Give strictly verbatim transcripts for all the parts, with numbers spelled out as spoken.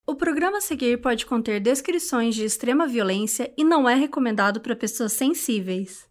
O programa a seguir pode conter descrições de extrema violência e não é recomendado para pessoas sensíveis.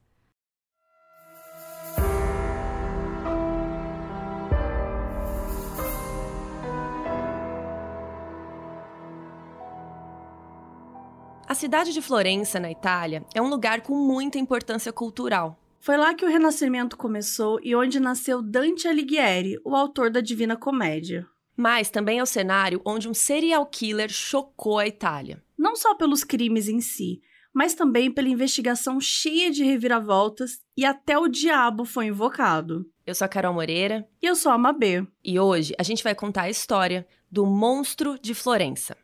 A cidade de Florença, na Itália, é um lugar com muita importância cultural. Foi lá que o Renascimento começou e onde nasceu Dante Alighieri, o autor da Divina Comédia. Mas também é o cenário onde um serial killer chocou a Itália. Não só pelos crimes em si, mas também pela investigação cheia de reviravoltas e até o diabo foi invocado. Eu sou a Carol Moreira. E eu sou a Mabê. E hoje a gente vai contar a história do Monstro de Florença.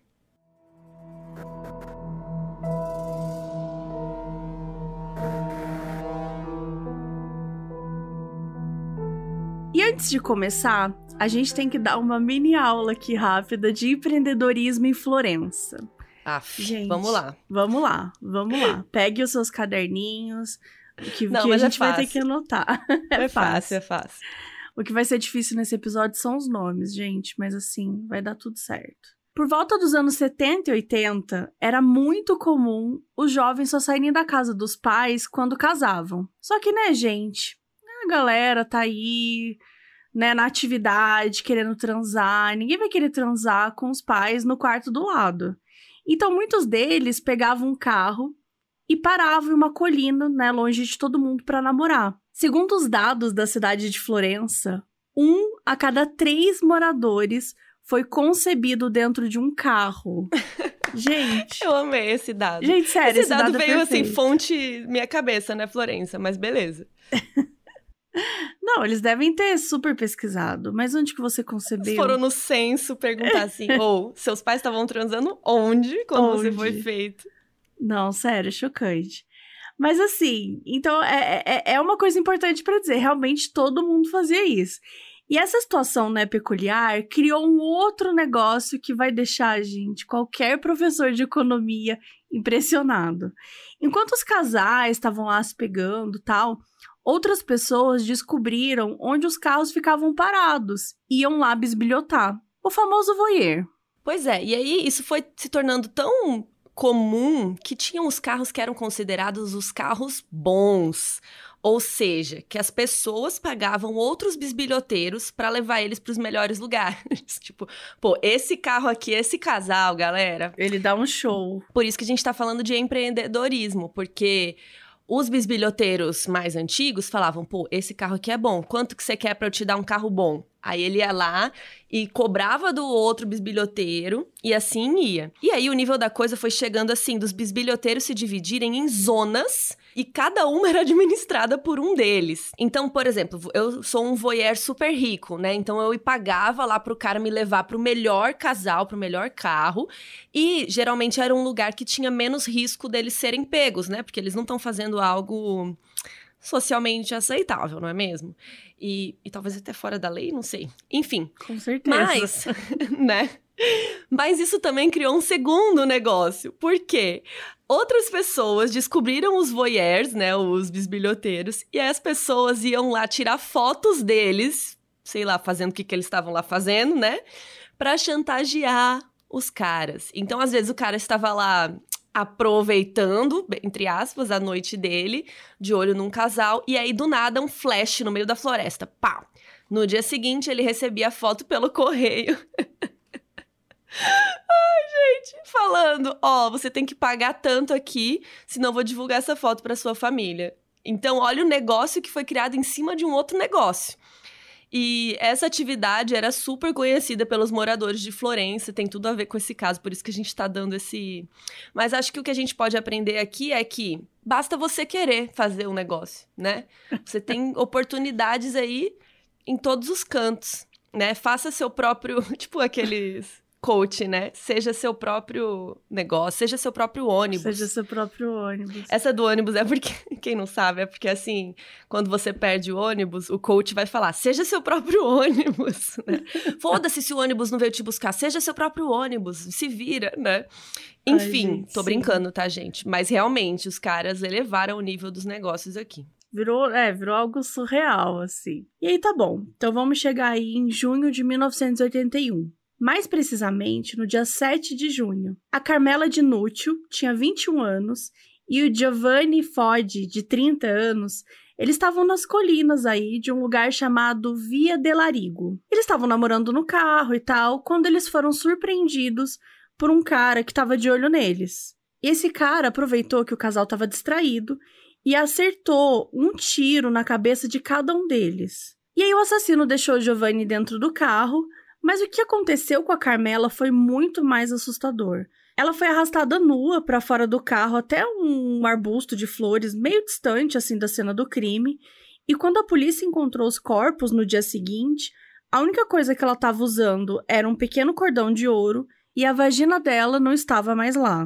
E antes de começar, a gente tem que dar uma mini aula aqui rápida de empreendedorismo em Florença. Aff, gente, vamos lá. Vamos lá, vamos lá. Pegue os seus caderninhos, que, Não, que mas a gente é vai ter que anotar. É, é fácil, é fácil. O que vai ser difícil nesse episódio são os nomes, gente, mas assim, vai dar tudo certo. Por volta dos anos setenta e oitenta, era muito comum os jovens só saírem da casa dos pais quando casavam. Só que, né, gente, a galera tá aí, né, na atividade, querendo transar. Ninguém vai querer transar com os pais no quarto do lado. Então, muitos deles pegavam um carro e paravam em uma colina, né, longe de todo mundo para namorar. Segundo os dados da cidade de Florença, um a cada três moradores foi concebido dentro de um carro. Gente. Eu amei esse dado. Gente, sério, esse, esse dado, dado veio é assim, fonte minha cabeça, né, Florença? Mas beleza. Não, eles devem ter super pesquisado. Mas onde que você concebeu? Eles foram no censo perguntar assim, ou oh, seus pais estavam transando onde quando onde? você foi feito? Não, sério, chocante. Mas assim, então é, é, é uma coisa importante pra dizer, realmente todo mundo fazia isso. E essa situação, né, peculiar, criou um outro negócio que vai deixar, gente, qualquer professor de economia impressionado. Enquanto os casais estavam lá se pegando e tal, outras pessoas descobriram onde os carros ficavam parados e iam lá bisbilhotar. O famoso voyeur. Pois é, e aí isso foi se tornando tão comum que tinham os carros que eram considerados os carros bons. Ou seja, que as pessoas pagavam outros bisbilhoteiros para levar eles para os melhores lugares. Tipo, pô, esse carro aqui, esse casal, galera... Ele dá um show. Por isso que a gente tá falando de empreendedorismo, porque... Os bisbilhoteiros mais antigos falavam, pô, esse carro aqui é bom, quanto que você quer pra eu te dar um carro bom? Aí ele ia lá e cobrava do outro bisbilhoteiro e assim ia. E aí o nível da coisa foi chegando assim, dos bisbilhoteiros se dividirem em zonas e cada uma era administrada por um deles. Então, por exemplo, eu sou um voyeur super rico, né? Então eu pagava lá pro cara me levar pro melhor casal, pro melhor carro e geralmente era um lugar que tinha menos risco deles serem pegos, né? Porque eles não estão fazendo algo socialmente aceitável, não é mesmo? E, e talvez até fora da lei, não sei. Enfim. Com certeza. Mas, né? Mas isso também criou um segundo negócio. Por quê? Outras pessoas descobriram os voyeurs, né? Os bisbilhoteiros. E aí as pessoas iam lá tirar fotos deles, sei lá, fazendo o que, que eles estavam lá fazendo, né? Pra chantagear os caras. Então, às vezes, o cara estava lá aproveitando, entre aspas, a noite dele, de olho num casal, e aí, do nada, um flash no meio da floresta. Pá! No dia seguinte, ele recebia a foto pelo correio. Ai, gente, falando, ó, oh, você tem que pagar tanto aqui, senão eu vou divulgar essa foto pra sua família. Então, olha o negócio que foi criado em cima de um outro negócio. E essa atividade era super conhecida pelos moradores de Florença, tem tudo a ver com esse caso, por isso que a gente tá dando esse... Mas acho que o que a gente pode aprender aqui é que basta você querer fazer um negócio, né? Você tem oportunidades aí em todos os cantos, né? Faça seu próprio, tipo aqueles coach, né? Seja seu próprio negócio, seja seu próprio ônibus. Seja seu próprio ônibus. Essa do ônibus é porque, quem não sabe, é porque assim, quando você perde o ônibus, o coach vai falar, seja seu próprio ônibus, né? Foda-se se o ônibus não veio te buscar, seja seu próprio ônibus, se vira, né? Enfim, Ai, gente, tô sim. brincando, tá, gente? Mas realmente, os caras elevaram o nível dos negócios aqui. Virou, é, virou algo surreal, assim. E aí tá bom, então vamos chegar aí em junho de mil novecentos e oitenta e um. Mais precisamente, no dia sete de junho. A Carmela Dinútil tinha vinte e um anos e o Giovanni Fodi, de trinta anos, eles estavam nas colinas aí de um lugar chamado Via Delarigo. Eles estavam namorando no carro e tal, quando eles foram surpreendidos por um cara que estava de olho neles. E esse cara aproveitou que o casal estava distraído e acertou um tiro na cabeça de cada um deles. E aí o assassino deixou o Giovanni dentro do carro, mas o que aconteceu com a Carmela foi muito mais assustador. Ela foi arrastada nua para fora do carro até um arbusto de flores meio distante assim da cena do crime, e quando a polícia encontrou os corpos no dia seguinte, a única coisa que ela estava usando era um pequeno cordão de ouro e a vagina dela não estava mais lá.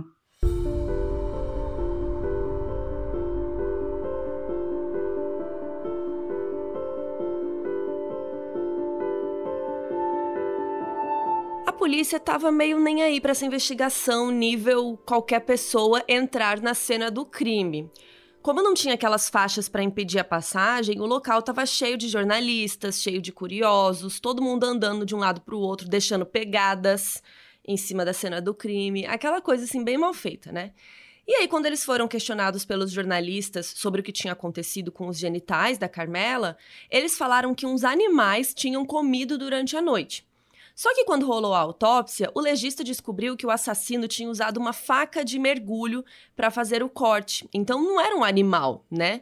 A polícia tava meio nem aí pra essa investigação, nível qualquer pessoa entrar na cena do crime. Como não tinha aquelas faixas para impedir a passagem, o local tava cheio de jornalistas, cheio de curiosos, todo mundo andando de um lado pro outro, deixando pegadas em cima da cena do crime, aquela coisa assim bem mal feita, né? E aí, quando eles foram questionados pelos jornalistas sobre o que tinha acontecido com os genitais da Carmela, eles falaram que uns animais tinham comido durante a noite. Só que quando rolou a autópsia, o legista descobriu que o assassino tinha usado uma faca de mergulho para fazer o corte. Então não era um animal, né?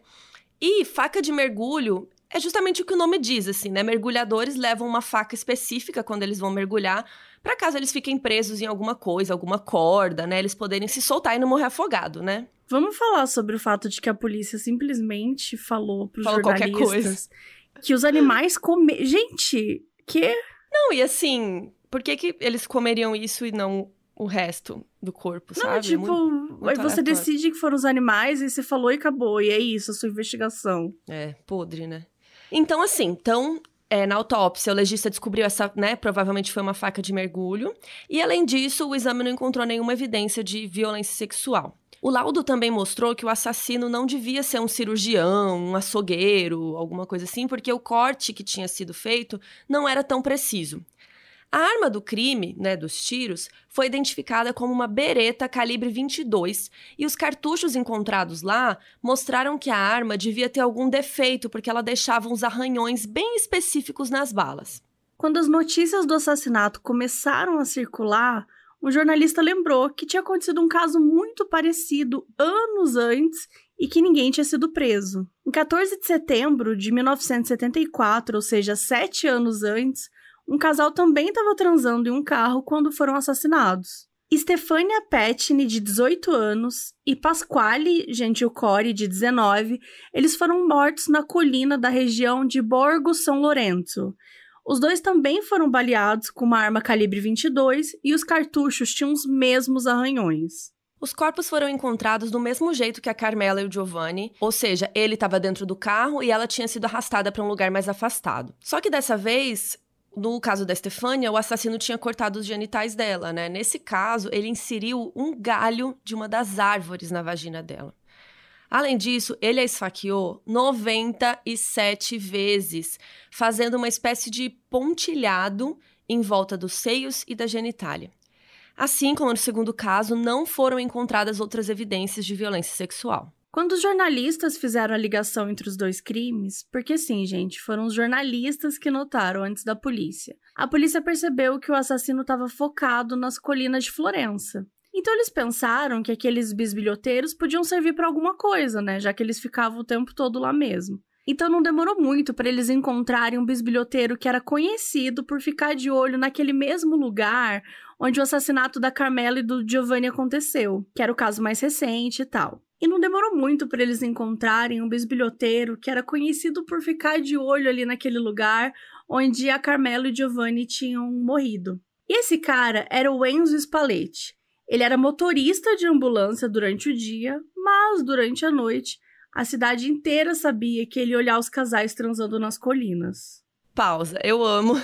E faca de mergulho é justamente o que o nome diz, assim, né? Mergulhadores levam uma faca específica quando eles vão mergulhar, para caso eles fiquem presos em alguma coisa, alguma corda, né? Eles poderem se soltar e não morrer afogado, né? Vamos falar sobre o fato de que a polícia simplesmente falou pros Falou jornalistas qualquer coisa. Que os animais comem... Gente, que... Não, e assim, por que que eles comeriam isso e não o resto do corpo, sabe? Não, tipo, muito, muito aí você aleatório. decide que foram os animais e você falou e acabou. E é isso, a sua investigação. É, podre, né? Então, assim, então, é, na autópsia, o legista descobriu essa, né, provavelmente foi uma faca de mergulho. E, além disso, o exame não encontrou nenhuma evidência de violência sexual. O laudo também mostrou que o assassino não devia ser um cirurgião, um açougueiro, alguma coisa assim, porque o corte que tinha sido feito não era tão preciso. A arma do crime, né, dos tiros, foi identificada como uma bereta calibre vinte e dois e os cartuchos encontrados lá mostraram que a arma devia ter algum defeito porque ela deixava uns arranhões bem específicos nas balas. Quando as notícias do assassinato começaram a circular, um jornalista lembrou que tinha acontecido um caso muito parecido anos antes e que ninguém tinha sido preso. Em quatorze de setembro de mil novecentos e setenta e quatro, ou seja, sete anos antes, um casal também estava transando em um carro quando foram assassinados. Stefania Pettini, de dezoito anos, e Pasquale Gentilcore, de dezenove, eles foram mortos na colina da região de Borgo São Lourenço. Os dois também foram baleados com uma arma calibre vinte e dois e os cartuchos tinham os mesmos arranhões. Os corpos foram encontrados do mesmo jeito que a Carmela e o Giovanni, ou seja, ele estava dentro do carro e ela tinha sido arrastada para um lugar mais afastado. Só que dessa vez, no caso da Stefania, o assassino tinha cortado os genitais dela, né? Nesse caso, ele inseriu um galho de uma das árvores na vagina dela. Além disso, ele a esfaqueou noventa e sete vezes, fazendo uma espécie de pontilhado em volta dos seios e da genitália. Assim como no segundo caso, não foram encontradas outras evidências de violência sexual. Quando os jornalistas fizeram a ligação entre os dois crimes, porque sim, gente, foram os jornalistas que notaram antes da polícia, a polícia percebeu que o assassino estava focado nas colinas de Florença. Então eles pensaram que aqueles bisbilhoteiros podiam servir para alguma coisa, né? Já que eles ficavam o tempo todo lá mesmo. Então não demorou muito para eles encontrarem um bisbilhoteiro que era conhecido por ficar de olho naquele mesmo lugar onde o assassinato da Carmela e do Giovanni aconteceu, que era o caso mais recente e tal. E não demorou muito para eles encontrarem um bisbilhoteiro que era conhecido por ficar de olho ali naquele lugar onde a Carmela e o Giovanni tinham morrido. E esse cara era o Enzo Spalletti. Ele era motorista de ambulância durante o dia, mas durante a noite, a cidade inteira sabia que ele ia olhar os casais transando nas colinas. Pausa, eu amo.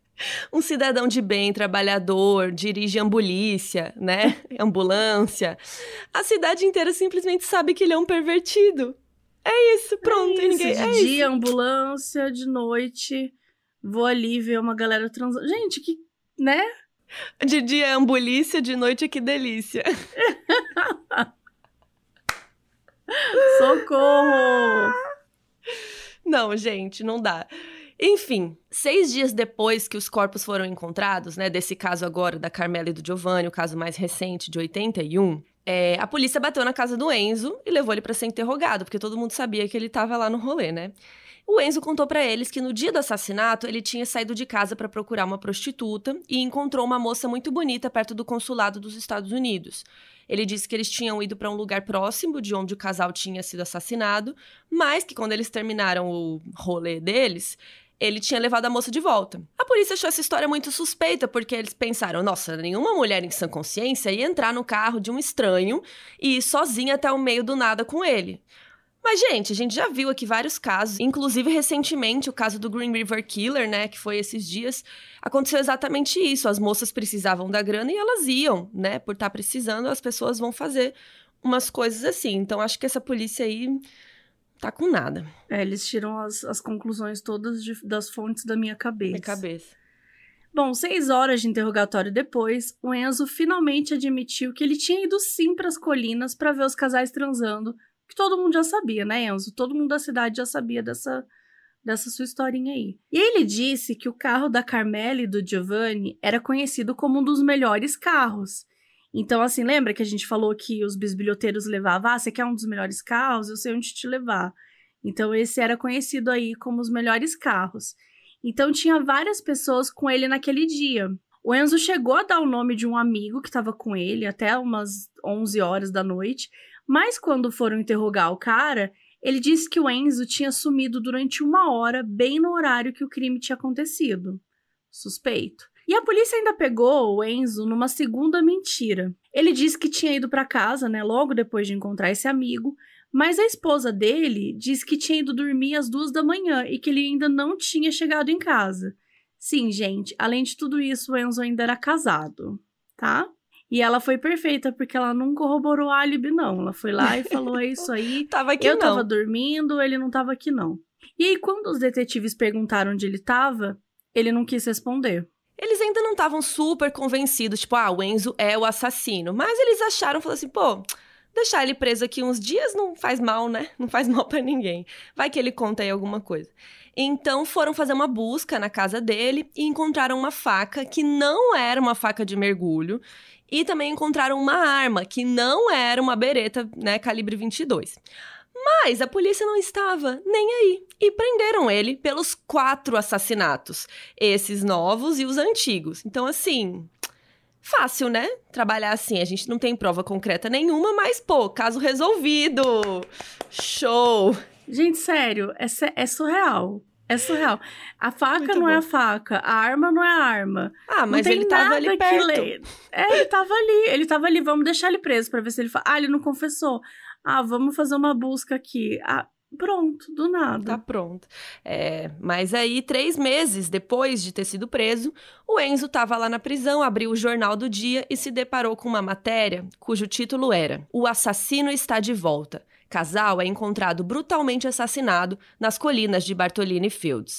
Um cidadão de bem, trabalhador, dirige ambulância, né? Ambulância. A cidade inteira simplesmente sabe que ele é um pervertido. É isso, pronto. É isso, ninguém... de é dia, isso. ambulância, de noite, vou ali ver uma galera transando. Gente, que, né? De dia é ambulícia, de noite é que delícia. Socorro! Não, gente, não dá. Enfim, seis dias depois que os corpos foram encontrados, né, desse caso agora da Carmela e do Giovanni, o caso mais recente de oitenta e um, é, a polícia bateu na casa do Enzo e levou ele para ser interrogado, porque todo mundo sabia que ele estava lá no rolê, né? O Enzo contou para eles que no dia do assassinato ele tinha saído de casa para procurar uma prostituta e encontrou uma moça muito bonita perto do consulado dos Estados Unidos. Ele disse que eles tinham ido para um lugar próximo de onde o casal tinha sido assassinado, mas que quando eles terminaram o rolê deles, ele tinha levado a moça de volta. A polícia achou essa história muito suspeita, porque eles pensaram, nossa, nenhuma mulher em sã consciência ia entrar no carro de um estranho e ir sozinha até o meio do nada com ele. Mas, gente, a gente já viu aqui vários casos, inclusive recentemente o caso do Green River Killer, né, que foi esses dias, aconteceu exatamente isso, as moças precisavam da grana e elas iam, né, por estar precisando, as pessoas vão fazer umas coisas assim. Então, acho que essa polícia aí tá com nada. É, eles tiram as, as conclusões todas de, das fontes da minha cabeça. Minha cabeça. Bom, seis horas de interrogatório depois, o Enzo finalmente admitiu que ele tinha ido sim para as colinas para ver os casais transando, que todo mundo já sabia, né, Enzo? Todo mundo da cidade já sabia dessa, dessa sua historinha aí. E ele disse que o carro da Carmela e do Giovanni era conhecido como um dos melhores carros. Então, assim, lembra que a gente falou que os bisbilhoteiros levavam, ah, você quer um dos melhores carros? Eu sei onde te levar. Então, esse era conhecido aí como os melhores carros. Então, tinha várias pessoas com ele naquele dia. O Enzo chegou a dar o nome de um amigo que estava com ele até umas onze horas da noite, mas quando foram interrogar o cara, ele disse que o Enzo tinha sumido durante uma hora, bem no horário que o crime tinha acontecido. Suspeito. E a polícia ainda pegou o Enzo numa segunda mentira. Ele disse que tinha ido para casa, né, logo depois de encontrar esse amigo, mas a esposa dele disse que tinha ido dormir às duas da manhã e que ele ainda não tinha chegado em casa. Sim, gente, além de tudo isso, o Enzo ainda era casado, tá? E ela foi perfeita, porque ela não corroborou a álibi, não. Ela foi lá e falou, é isso aí. Tava aqui eu não. tava dormindo, ele não tava aqui, não. E aí, quando os detetives perguntaram onde ele tava, ele não quis responder. Eles ainda não estavam super convencidos, tipo, ah, o Enzo é o assassino. Mas eles acharam, falaram assim, pô, deixar ele preso aqui uns dias não faz mal, né? Não faz mal pra ninguém. Vai que ele conta aí alguma coisa. Então, foram fazer uma busca na casa dele e encontraram uma faca que não era uma faca de mergulho. E também encontraram uma arma, que não era uma bereta, né, calibre vinte e dois. Mas a polícia não estava nem aí. E prenderam ele pelos quatro assassinatos. Esses novos e os antigos. Então, assim, fácil, né? Trabalhar assim. A gente não tem prova concreta nenhuma, mas, pô, caso resolvido. Show! Gente, sério, é, é surreal. É surreal. A faca Muito não bom. é a faca, a arma não é a arma. Ah, mas não tem ele tava nada ali que perto. le- É, ele tava ali, ele tava ali, vamos deixar ele preso pra ver se ele fala. Ah, ele não confessou. Ah, vamos fazer uma busca aqui. Ah, pronto, do nada. Tá pronto. É, mas aí, três meses depois de ter sido preso, o Enzo tava lá na prisão, abriu o Jornal do Dia e se deparou com uma matéria cujo título era O Assassino Está de Volta. Casal é encontrado brutalmente assassinado nas colinas de Bartolini Fields.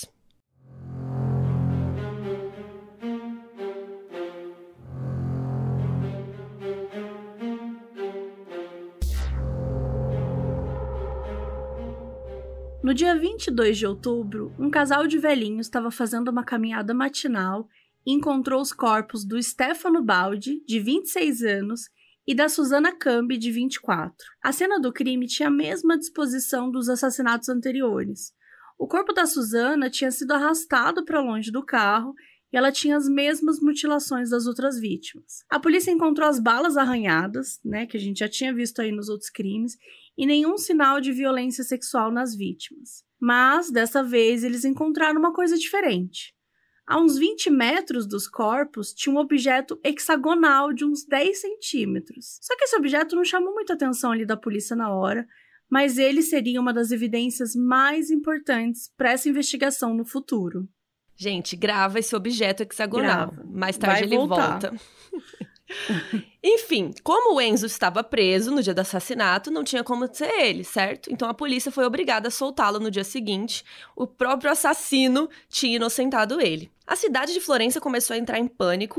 No dia vinte e dois de outubro, um casal de velhinhos estava fazendo uma caminhada matinal e encontrou os corpos do Stefano Baldi, de vinte e seis anos, e da Susana Cambi, de vinte e quatro. A cena do crime tinha a mesma disposição dos assassinatos anteriores. O corpo da Susana tinha sido arrastado para longe do carro e ela tinha as mesmas mutilações das outras vítimas. A polícia encontrou as balas arranhadas, né, que a gente já tinha visto aí nos outros crimes, e nenhum sinal de violência sexual nas vítimas. Mas, dessa vez, eles encontraram uma coisa diferente. A uns vinte metros dos corpos, tinha um objeto hexagonal de uns dez centímetros. Só que esse objeto não chamou muita atenção ali da polícia na hora, mas ele seria uma das evidências mais importantes para essa investigação no futuro. Gente, grava esse objeto hexagonal. Grava. Mais tarde Vai ele voltar. volta. Enfim, como o Enzo estava preso no dia do assassinato, não tinha como ser ele, certo? Então a polícia foi obrigada a soltá-lo no dia seguinte. O próprio assassino tinha inocentado ele. A cidade de Florença começou a entrar em pânico,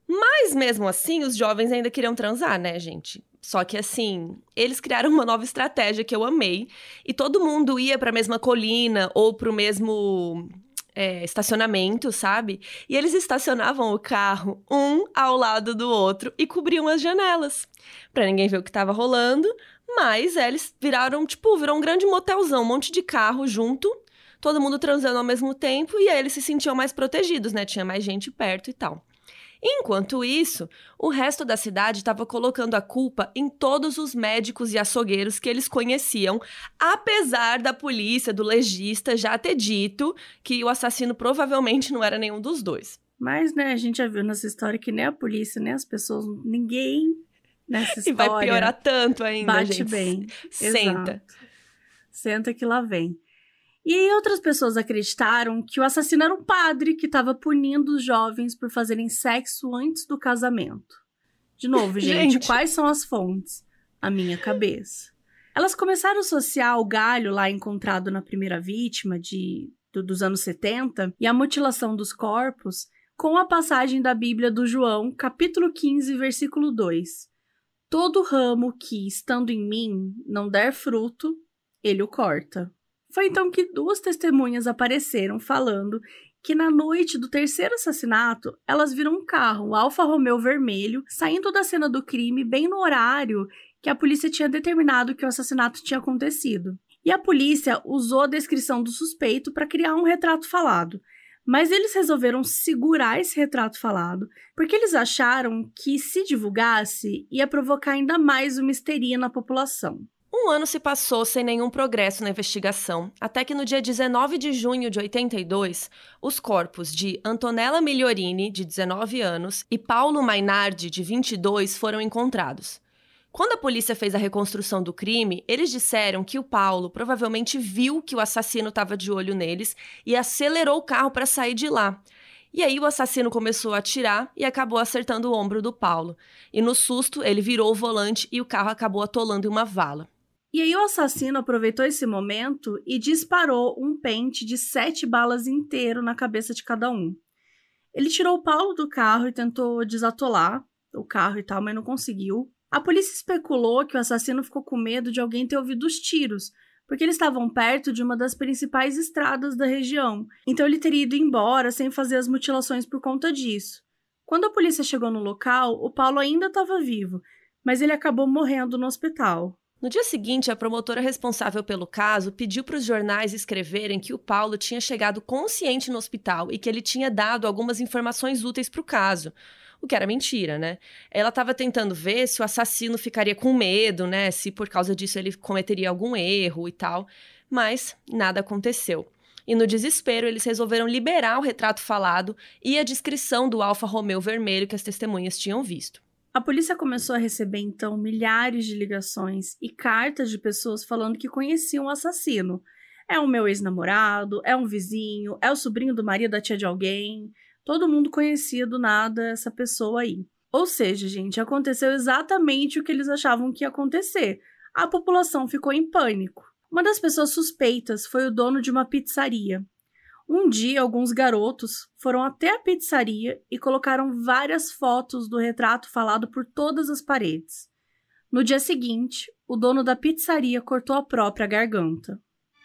Mas mesmo assim, os jovens ainda queriam transar, né, gente? Só que assim, eles criaram uma nova estratégia que eu amei. E todo mundo ia para a mesma colina ou para o mesmo é, estacionamento, sabe? E eles estacionavam o carro um ao lado do outro e cobriam as janelas. Pra ninguém ver o que tava rolando. Mas é, eles viraram, tipo, virou um grande motelzão. Um monte de carro junto. Todo mundo transando ao mesmo tempo. E aí eles se sentiam mais protegidos, né? Tinha mais gente perto e tal. Enquanto isso, o resto da cidade estava colocando a culpa em todos os médicos e açougueiros que eles conheciam, apesar da polícia, do legista, já ter dito que o assassino provavelmente não era nenhum dos dois. Mas, né, a gente já viu nessa história que nem a polícia, nem as pessoas, ninguém nessa história... E vai piorar tanto ainda, bate gente. bem. Senta. Exato. Senta que lá vem. E aí outras pessoas acreditaram que o assassino era um padre que estava punindo os jovens por fazerem sexo antes do casamento. De novo, gente, Gente. quais são as fontes? A minha cabeça. Elas começaram a associar o galho lá encontrado na primeira vítima de, do, dos anos setenta e a mutilação dos corpos com a passagem da Bíblia do João, capítulo quinze, versículo dois. Todo ramo que, estando em mim, não der fruto, ele o corta. Foi então que duas testemunhas apareceram falando que na noite do terceiro assassinato, elas viram um carro, um Alfa Romeo vermelho, saindo da cena do crime bem no horário que a polícia tinha determinado que o assassinato tinha acontecido. E a polícia usou a descrição do suspeito para criar um retrato falado. Mas eles resolveram segurar esse retrato falado porque eles acharam que, se divulgasse, ia provocar ainda mais uma histeria na população. Um ano se passou sem nenhum progresso na investigação, até que no dia dezenove de junho de oitenta e dois, os corpos de Antonella Migliorini, de dezenove anos, e Paulo Mainardi, de vinte e dois, foram encontrados. Quando a polícia fez a reconstrução do crime, eles disseram que o Paulo provavelmente viu que o assassino estava de olho neles e acelerou o carro para sair de lá. E aí o assassino começou a atirar e acabou acertando o ombro do Paulo. E no susto, ele virou o volante e o carro acabou atolando em uma vala. E aí o assassino aproveitou esse momento e disparou um pente de sete balas inteiro na cabeça de cada um. Ele tirou o Paulo do carro e tentou desatolar o carro e tal, mas não conseguiu. A polícia especulou que o assassino ficou com medo de alguém ter ouvido os tiros, porque eles estavam perto de uma das principais estradas da região. Então ele teria ido embora sem fazer as mutilações por conta disso. Quando a polícia chegou no local, o Paulo ainda estava vivo, mas ele acabou morrendo no hospital. No dia seguinte, a promotora responsável pelo caso pediu para os jornais escreverem que o Paulo tinha chegado consciente no hospital e que ele tinha dado algumas informações úteis para o caso. O que era mentira, né? Ela estava tentando ver se o assassino ficaria com medo, né? Se por causa disso ele cometeria algum erro e tal. Mas nada aconteceu. E no desespero, eles resolveram liberar o retrato falado e a descrição do Alfa Romeo vermelho que as testemunhas tinham visto. A polícia começou a receber, então, milhares de ligações e cartas de pessoas falando que conheciam o assassino. É o meu ex-namorado, é um vizinho, é o sobrinho do marido da tia de alguém. Todo mundo conhecia do nada essa pessoa aí. Ou seja, gente, aconteceu exatamente o que eles achavam que ia acontecer. A população ficou em pânico. Uma das pessoas suspeitas foi o dono de uma pizzaria. Um dia, alguns garotos foram até a pizzaria e colocaram várias fotos do retrato falado por todas as paredes. No dia seguinte, o dono da pizzaria cortou a própria garganta.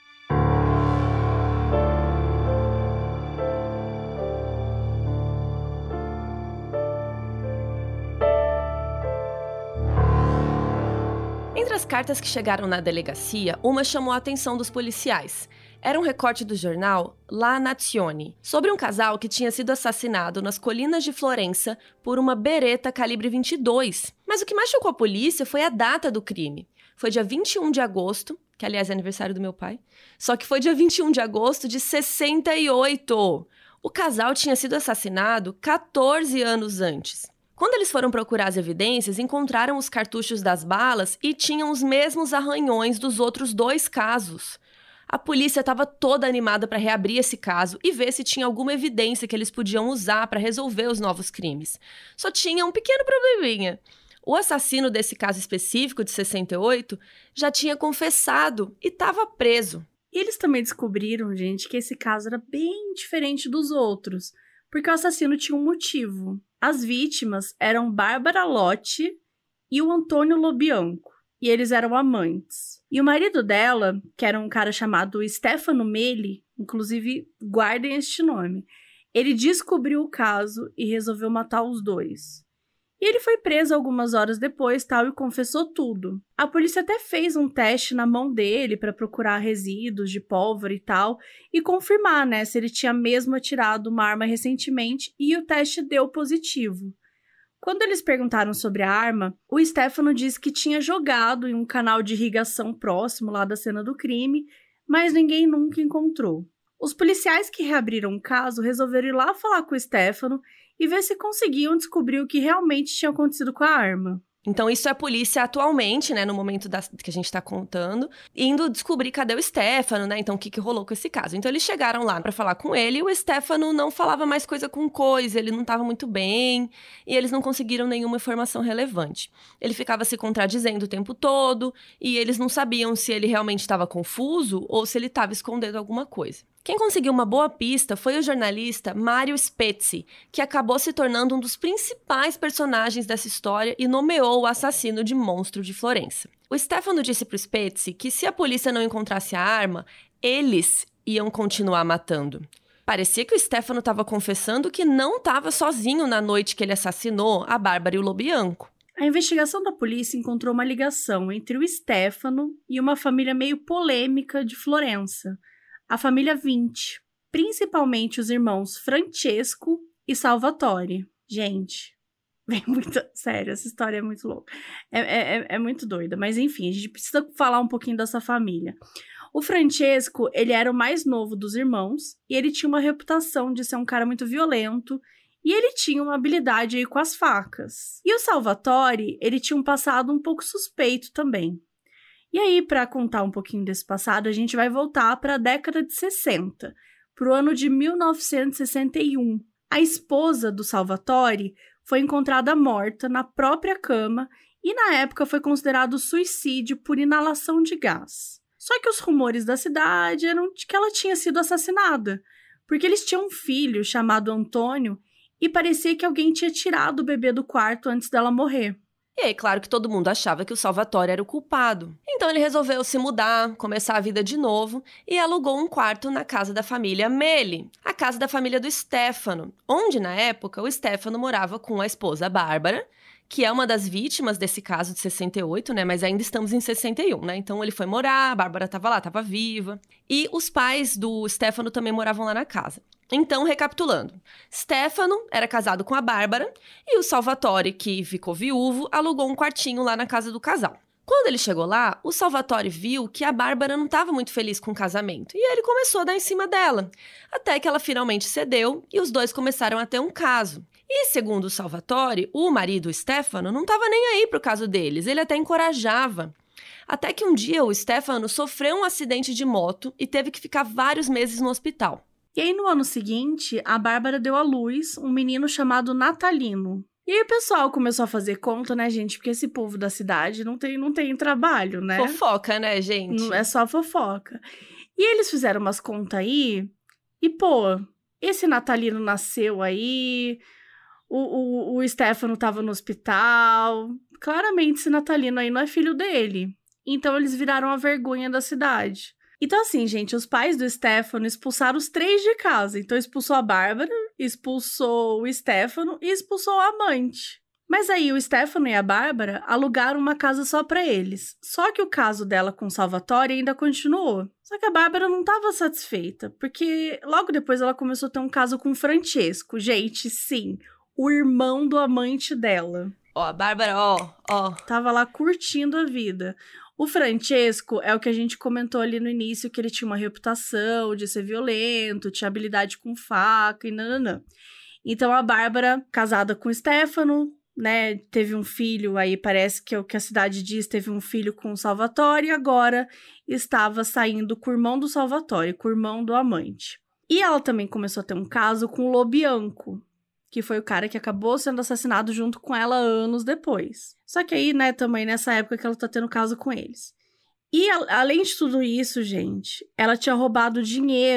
Entre as cartas que chegaram na delegacia, uma chamou a atenção dos policiais. Era um recorte do jornal La Nazione, sobre um casal que tinha sido assassinado nas colinas de Florença por uma Beretta calibre vinte e dois. Mas o que mais chocou a polícia foi a data do crime. Foi dia vinte e um de agosto, que aliás é aniversário do meu pai, só que foi dia vinte e um de agosto de sessenta e oito. O casal tinha sido assassinado quatorze anos antes. Quando eles foram procurar as evidências, encontraram os cartuchos das balas e tinham os mesmos arranhões dos outros dois casos. A polícia estava toda animada para reabrir esse caso e ver se tinha alguma evidência que eles podiam usar para resolver os novos crimes. Só tinha um pequeno probleminha. O assassino desse caso específico, de sessenta e oito, já tinha confessado e estava preso. E eles também descobriram, gente, que esse caso era bem diferente dos outros, porque o assassino tinha um motivo. As vítimas eram Bárbara Lotti e o Antônio Lobianco, e eles eram amantes. E o marido dela, que era um cara chamado Stefano Meli, inclusive guardem este nome, ele descobriu o caso e resolveu matar os dois. E ele foi preso algumas horas depois, tal, e confessou tudo. A polícia até fez um teste na mão dele para procurar resíduos de pólvora e tal, e confirmar, né, se ele tinha mesmo atirado uma arma recentemente, e o teste deu positivo. Quando eles perguntaram sobre a arma, o Stefano disse que tinha jogado em um canal de irrigação próximo lá da cena do crime, mas ninguém nunca encontrou. Os policiais que reabriram o caso resolveram ir lá falar com o Stefano e ver se conseguiam descobrir o que realmente tinha acontecido com a arma. Então, isso é a polícia atualmente, né, no momento da, que a gente tá contando, indo descobrir cadê o Stefano, né, então o que, que rolou com esse caso. Então, eles chegaram lá pra falar com ele e o Stefano não falava mais coisa com coisa, ele não tava muito bem e eles não conseguiram nenhuma informação relevante. Ele ficava se contradizendo o tempo todo e eles não sabiam se ele realmente estava confuso ou se ele estava escondendo alguma coisa. Quem conseguiu uma boa pista foi o jornalista Mario Spezzi, que acabou se tornando um dos principais personagens dessa história e nomeou o assassino de Monstro de Florença. O Stefano disse para o Spezzi que se a polícia não encontrasse a arma, eles iam continuar matando. Parecia que o Stefano estava confessando que não estava sozinho na noite que ele assassinou a Bárbara e o Lobianco. A investigação da polícia encontrou uma ligação entre o Stefano e uma família meio polêmica de Florença, a família Vinci, principalmente os irmãos Francesco e Salvatore. Gente, vem muito sério, essa história é muito louca. É, é, é muito doida, mas enfim, a gente precisa falar um pouquinho dessa família. O Francesco, ele era o mais novo dos irmãos e ele tinha uma reputação de ser um cara muito violento e ele tinha uma habilidade aí com as facas. E o Salvatore, ele tinha um passado um pouco suspeito também. E aí, para contar um pouquinho desse passado, a gente vai voltar para a década de sessenta, para o ano de mil novecentos e sessenta e um. A esposa do Salvatore foi encontrada morta na própria cama e, na época, foi considerado suicídio por inalação de gás. Só que os rumores da cidade eram de que ela tinha sido assassinada, porque eles tinham um filho chamado Antônio e parecia que alguém tinha tirado o bebê do quarto antes dela morrer. E aí, claro que todo mundo achava que o Salvatore era o culpado. Então ele resolveu se mudar, começar a vida de novo e alugou um quarto na casa da família Meli, a casa da família do Stefano, onde, na época, o Stefano morava com a esposa Bárbara, que é uma das vítimas desse caso de sessenta e oito, né? Mas ainda estamos em sessenta e um, né? Então ele foi morar, a Bárbara estava lá, estava viva. E os pais do Stefano também moravam lá na casa. Então, recapitulando, Stefano era casado com a Bárbara e o Salvatore, que ficou viúvo, alugou um quartinho lá na casa do casal. Quando ele chegou lá, o Salvatore viu que a Bárbara não estava muito feliz com o casamento e ele começou a dar em cima dela, até que ela finalmente cedeu e os dois começaram a ter um caso. E, segundo o Salvatore, o marido, o Stefano, não estava nem aí pro caso deles, ele até encorajava. Até que um dia o Stefano sofreu um acidente de moto e teve que ficar vários meses no hospital. E aí, no ano seguinte, a Bárbara deu à luz um menino chamado Natalino. E aí o pessoal começou a fazer conta, né, gente? Porque esse povo da cidade não tem, não tem trabalho, né? Fofoca, né, gente? Não é só fofoca. E eles fizeram umas contas aí e, pô, esse Natalino nasceu aí, o, o, o Stefano tava no hospital. Claramente esse Natalino aí não é filho dele. Então eles viraram a vergonha da cidade. Então, assim, gente, os pais do Stefano expulsaram os três de casa. Então, expulsou a Bárbara, expulsou o Stefano e expulsou a amante. Mas aí, o Stefano e a Bárbara alugaram uma casa só pra eles. Só que o caso dela com o Salvatore ainda continuou. Só que a Bárbara não estava satisfeita, porque logo depois ela começou a ter um caso com o Francesco. Gente, sim, o irmão do amante dela. Ó, a Bárbara, ó, ó. Tava lá curtindo a vida. O Francesco é o que a gente comentou ali no início, que ele tinha uma reputação de ser violento, tinha habilidade com faca e nananã. Então, a Bárbara, casada com o Stefano, né, teve um filho, aí parece que é o que a cidade diz, teve um filho com o Salvatore, e agora estava saindo com o irmão do Salvatore, com o irmão do amante. E ela também começou a ter um caso com o Lobianco, que foi o cara que acabou sendo assassinado junto com ela anos depois. Só que aí, né, também nessa época que ela tá tendo caso com eles. E, a, além de tudo isso, gente, ela tinha roubado dinheiro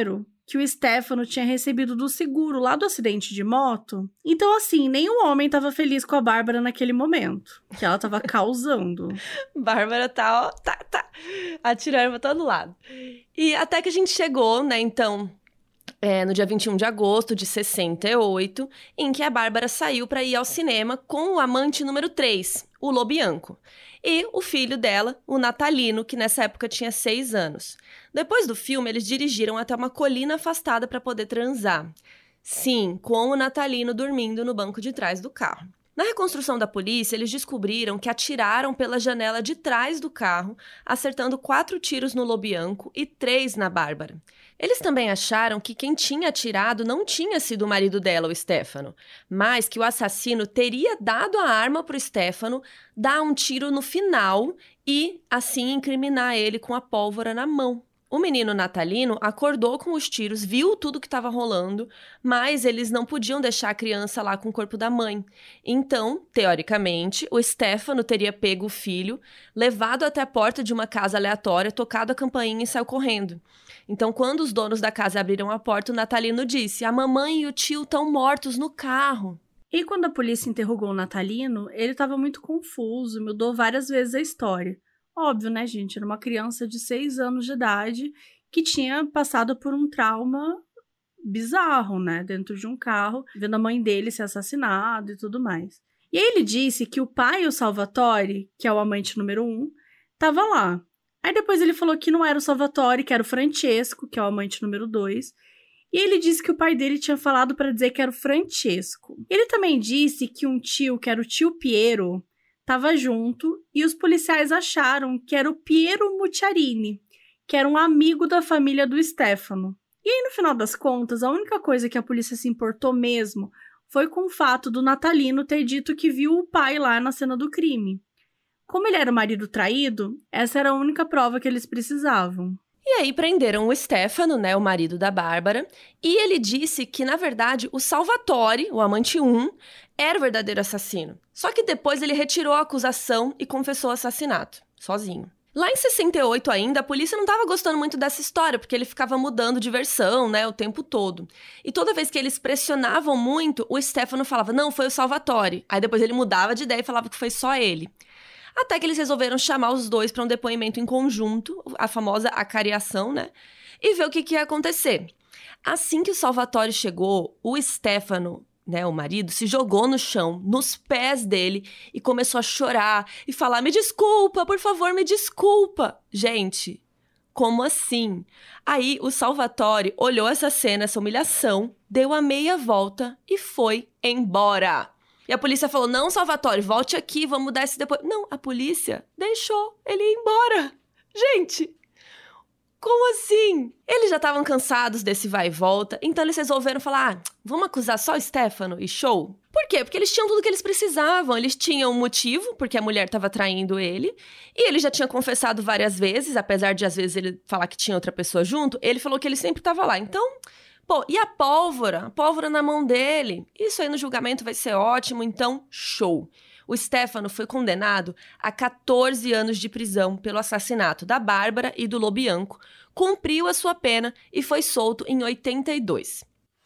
que o Stefano tinha recebido do seguro lá do acidente de moto. Então, assim, nenhum homem tava feliz com a Bárbara naquele momento, que ela tava causando. Bárbara tá, ó, tá, tá, atirando pra todo lado. E até que a gente chegou, né, então, é, no dia vinte e um de agosto de sessenta e oito, em que a Bárbara saiu pra ir ao cinema com o amante número três, o Lobianco. E o filho dela, o Natalino, que nessa época tinha seis anos. Depois do filme, eles dirigiram até uma colina afastada para poder transar. Sim, com o Natalino dormindo no banco de trás do carro. Na reconstrução da polícia, eles descobriram que atiraram pela janela de trás do carro, acertando quatro tiros no Lobianco e três na Bárbara. Eles também acharam que quem tinha atirado não tinha sido o marido dela, o Stefano, mas que o assassino teria dado a arma para o Stefano dar um tiro no final e, assim, incriminar ele com a pólvora na mão. O menino Natalino acordou com os tiros, viu tudo que estava rolando, mas eles não podiam deixar a criança lá com o corpo da mãe. Então, teoricamente, o Stefano teria pego o filho, levado até a porta de uma casa aleatória, tocado a campainha e saiu correndo. Então, quando os donos da casa abriram a porta, o Natalino disse: "A mamãe e o tio estão mortos no carro." E quando a polícia interrogou o Natalino, ele estava muito confuso, mudou várias vezes a história. Óbvio, né, gente? Era uma criança de seis anos de idade que tinha passado por um trauma bizarro, né? Dentro de um carro, vendo a mãe dele ser assassinada e tudo mais. E aí ele disse que o pai, o Salvatore, que é o amante número um, estava lá. Aí depois ele falou que não era o Salvatore, que era o Francesco, que é o amante número dois. E ele disse que o pai dele tinha falado para dizer que era o Francesco. Ele também disse que um tio, que era o tio Piero, estava junto, e os policiais acharam que era o Piero Mucciarini, que era um amigo da família do Stefano. E aí, no final das contas, a única coisa que a polícia se importou mesmo foi com o fato do Natalino ter dito que viu o pai lá na cena do crime. Como ele era o marido traído, essa era a única prova que eles precisavam. E aí prenderam o Stefano, né, o marido da Bárbara, e ele disse que, na verdade, o Salvatore, o amante um, era o verdadeiro assassino. Só que depois ele retirou a acusação e confessou o assassinato, sozinho. Lá em sessenta e oito ainda, a polícia não estava gostando muito dessa história, porque ele ficava mudando de versão, né, o tempo todo. E toda vez que eles pressionavam muito, o Stefano falava: "Não, foi o Salvatore." Aí depois ele mudava de ideia e falava que foi só ele. Até que eles resolveram chamar os dois para um depoimento em conjunto, a famosa acariação, né? E ver o que, que ia acontecer. Assim que o Salvatore chegou, o Stefano, né, o marido, se jogou no chão, nos pés dele, e começou a chorar e falar: "Me desculpa, por favor, me desculpa." Gente, como assim? Aí o Salvatore olhou essa cena, essa humilhação, deu a meia volta e foi embora. E a polícia falou: "Não, Salvatore, volte aqui, vamos mudar esse depois." Não, a polícia deixou ele ir embora. Gente, como assim? Eles já estavam cansados desse vai e volta, então eles resolveram falar: "Ah, vamos acusar só o Stefano e show?" Por quê? Porque eles tinham tudo que eles precisavam. Eles tinham um motivo, porque a mulher estava traindo ele, e ele já tinha confessado várias vezes, apesar de às vezes ele falar que tinha outra pessoa junto, ele falou que ele sempre estava lá. Então, pô, e a pólvora? A pólvora na mão dele. Isso aí no julgamento vai ser ótimo, então show. O Stefano foi condenado a catorze anos de prisão pelo assassinato da Bárbara e do Lobianco, cumpriu a sua pena e foi solto em oitenta e dois.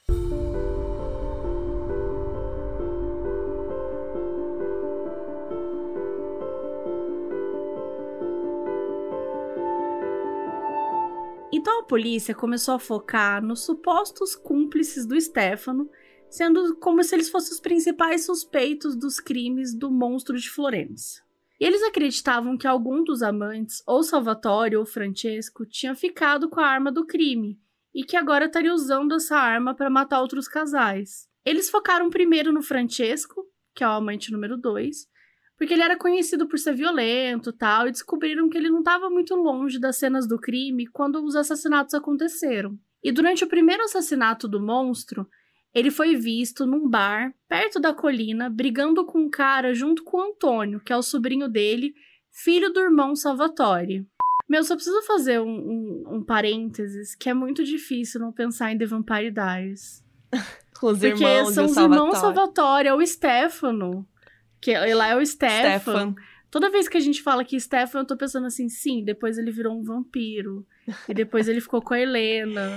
Então a polícia começou a focar nos supostos cúmplices do Stefano, sendo como se eles fossem os principais suspeitos dos crimes do monstro de Florença. E eles acreditavam que algum dos amantes, ou Salvatore ou Francesco, tinha ficado com a arma do crime e que agora estaria usando essa arma para matar outros casais. Eles focaram primeiro no Francesco, que é o amante número dois, porque ele era conhecido por ser violento e tal, e descobriram que ele não estava muito longe das cenas do crime quando os assassinatos aconteceram. E durante o primeiro assassinato do monstro, ele foi visto num bar, perto da colina, brigando com um cara junto com o Antônio, que é o sobrinho dele, filho do irmão Salvatore. Meu, só preciso fazer um, um, um parênteses, que é muito difícil não pensar em The Vampire Diaries. Os porque irmãos são do os Salvatore. irmãos Salvatore, é o Stefano. Que lá é o Stefan. Stefan. Toda vez que a gente fala que Stefan, eu tô pensando assim, sim, depois ele virou um vampiro. E depois ele ficou com a Helena.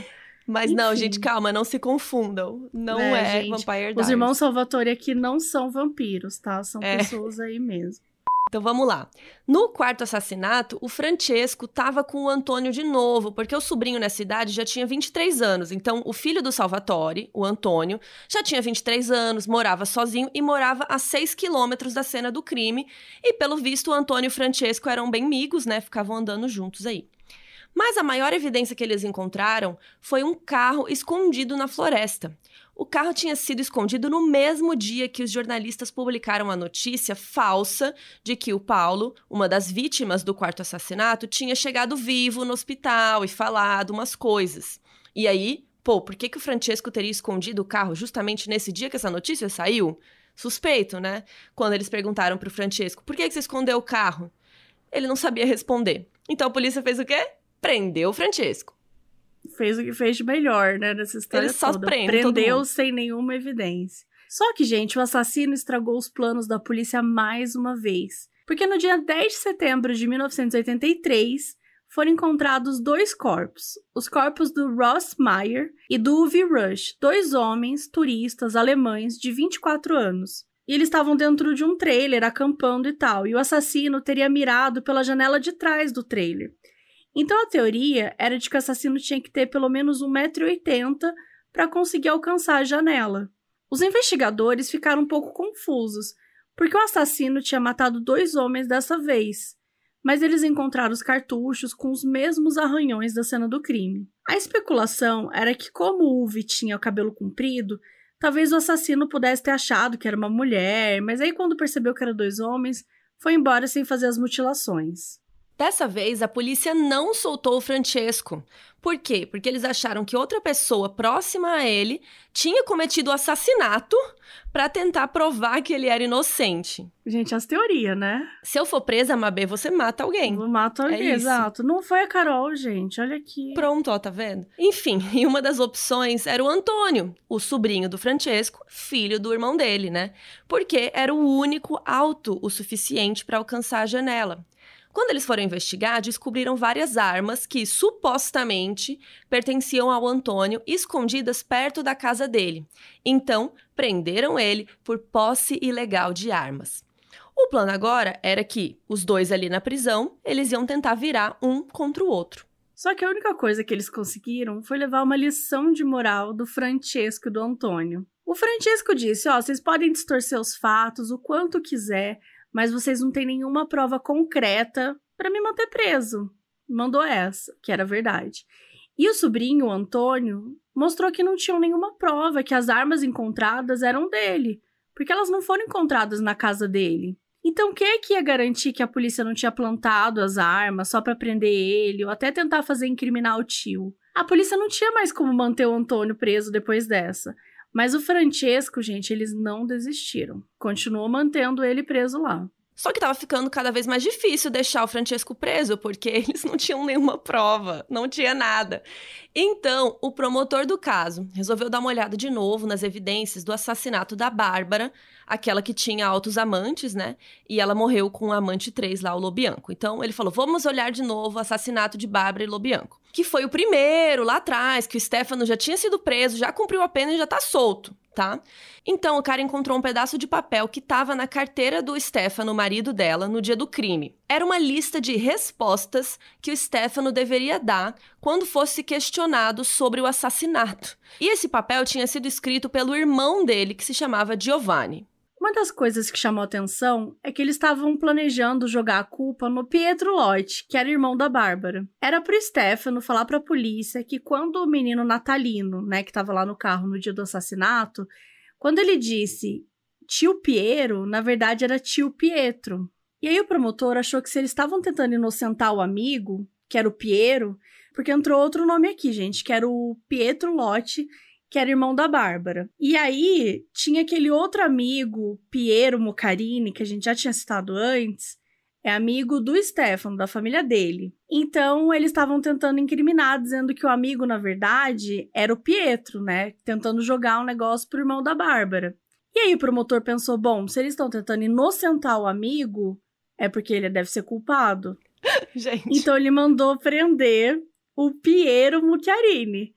Mas Enfim. não, gente, calma, não se confundam. Não é, É, é gente, Vampire Os Diaries. irmãos Salvatore aqui não são vampiros, tá? São É. pessoas aí mesmo. Então vamos lá. No quarto assassinato, o Francesco tava com o Antônio de novo, porque o sobrinho nessa idade já tinha vinte e três anos. Então, o filho do Salvatore, o Antônio, já tinha vinte e três anos, morava sozinho e morava a seis quilômetros da cena do crime. E, pelo visto, o Antônio e o Francesco eram bem amigos, né? Ficavam andando juntos aí. Mas a maior evidência que eles encontraram foi um carro escondido na floresta. O carro tinha sido escondido no mesmo dia que os jornalistas publicaram a notícia falsa de que o Paulo, uma das vítimas do quarto assassinato, tinha chegado vivo no hospital e falado umas coisas. E aí, pô, por que que o Francesco teria escondido o carro justamente nesse dia que essa notícia saiu? Suspeito, né? Quando eles perguntaram pro Francesco, por que que você escondeu o carro? Ele não sabia responder. Então a polícia fez o quê? Prendeu o Francesco. Fez o que fez de melhor, né, nessa história Eles só toda. prendem todo Prendeu mundo. sem nenhuma evidência. Só que, gente, o assassino estragou os planos da polícia mais uma vez. Porque no dia dez de setembro de mil novecentos e oitenta e três, foram encontrados dois corpos. Os corpos do Ross Meyer e do Uwe Rush, dois homens turistas alemães de vinte e quatro anos. E eles estavam dentro de um trailer, acampando e tal. E o assassino teria mirado pela janela de trás do trailer. Então a teoria era de que o assassino tinha que ter pelo menos um metro e oitenta para conseguir alcançar a janela. Os investigadores ficaram um pouco confusos, porque o assassino tinha matado dois homens dessa vez, mas eles encontraram os cartuchos com os mesmos arranhões da cena do crime. A especulação era que, como o Uwe tinha o cabelo comprido, talvez o assassino pudesse ter achado que era uma mulher, mas aí quando percebeu que eram dois homens, foi embora sem fazer as mutilações. Dessa vez, a polícia não soltou o Francesco. Por quê? Porque eles acharam que outra pessoa próxima a ele tinha cometido o assassinato para tentar provar que ele era inocente. Gente, as teorias, né? Se eu for presa, Mabê, você mata alguém. Eu mato alguém, É isso. exato. Não foi a Carol, gente, olha aqui. Pronto, ó, tá vendo? Enfim, e uma das opções era o Antônio, o sobrinho do Francesco, filho do irmão dele, né? Porque era o único alto o suficiente para alcançar a janela. Quando eles foram investigar, descobriram várias armas que, supostamente, pertenciam ao Antônio, escondidas perto da casa dele. Então, prenderam ele por posse ilegal de armas. O plano agora era que, os dois ali na prisão, eles iam tentar virar um contra o outro. Só que a única coisa que eles conseguiram foi levar uma lição de moral do Francesco e do Antônio. O Francesco disse, ó, vocês podem distorcer os fatos o quanto quiser, mas vocês não têm nenhuma prova concreta para me manter preso. Mandou essa, que era verdade. E o sobrinho, o Antônio, mostrou que não tinham nenhuma prova que as armas encontradas eram dele, porque elas não foram encontradas na casa dele. Então, quem é que ia garantir que a polícia não tinha plantado as armas só para prender ele ou até tentar fazer incriminar o tio? A polícia não tinha mais como manter o Antônio preso depois dessa. Mas o Francesco, gente, eles não desistiram. Continuou mantendo ele preso lá. Só que tava ficando cada vez mais difícil deixar o Francesco preso, porque eles não tinham nenhuma prova, não tinha nada. Então, o promotor do caso resolveu dar uma olhada de novo nas evidências do assassinato da Bárbara, aquela que tinha altos amantes, né? E ela morreu com o amante três lá, o Lobianco. Então, ele falou, vamos olhar de novo o assassinato de Bárbara e Lobianco. Que foi o primeiro, lá atrás, que o Stefano já tinha sido preso, já cumpriu a pena e já tá solto, tá? Então, o cara encontrou um pedaço de papel que estava na carteira do Stefano, marido dela, no dia do crime. Era uma lista de respostas que o Stefano deveria dar quando fosse questionado sobre o assassinato. E esse papel tinha sido escrito pelo irmão dele, que se chamava Giovanni. Uma das coisas que chamou atenção é que eles estavam planejando jogar a culpa no Pietro Lotti, que era irmão da Bárbara. Era pro Stefano falar pra polícia que quando o menino Natalino, né, que tava lá no carro no dia do assassinato, quando ele disse tio Piero, na verdade era tio Pietro. E aí o promotor achou que se eles estavam tentando inocentar o amigo, que era o Piero, porque entrou outro nome aqui, gente, que era o Pietro Lotti, que era irmão da Bárbara. E aí, tinha aquele outro amigo, Piero Mucarini, que a gente já tinha citado antes, é amigo do Stefano, da família dele. Então, eles estavam tentando incriminar, dizendo que o amigo, na verdade, era o Pietro, né? Tentando jogar um negócio pro irmão da Bárbara. E aí, o promotor pensou, bom, se eles estão tentando inocentar o amigo, é porque ele deve ser culpado. Gente. Então, ele mandou prender o Piero Mucarini.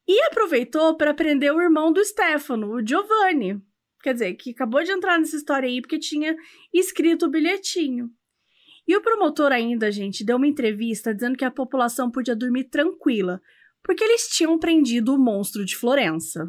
E aproveitou para prender o irmão do Stefano, o Giovanni. Quer dizer, que acabou de entrar nessa história aí porque tinha escrito o bilhetinho. E o promotor ainda, gente, deu uma entrevista dizendo que a população podia dormir tranquila, porque eles tinham prendido o monstro de Florença.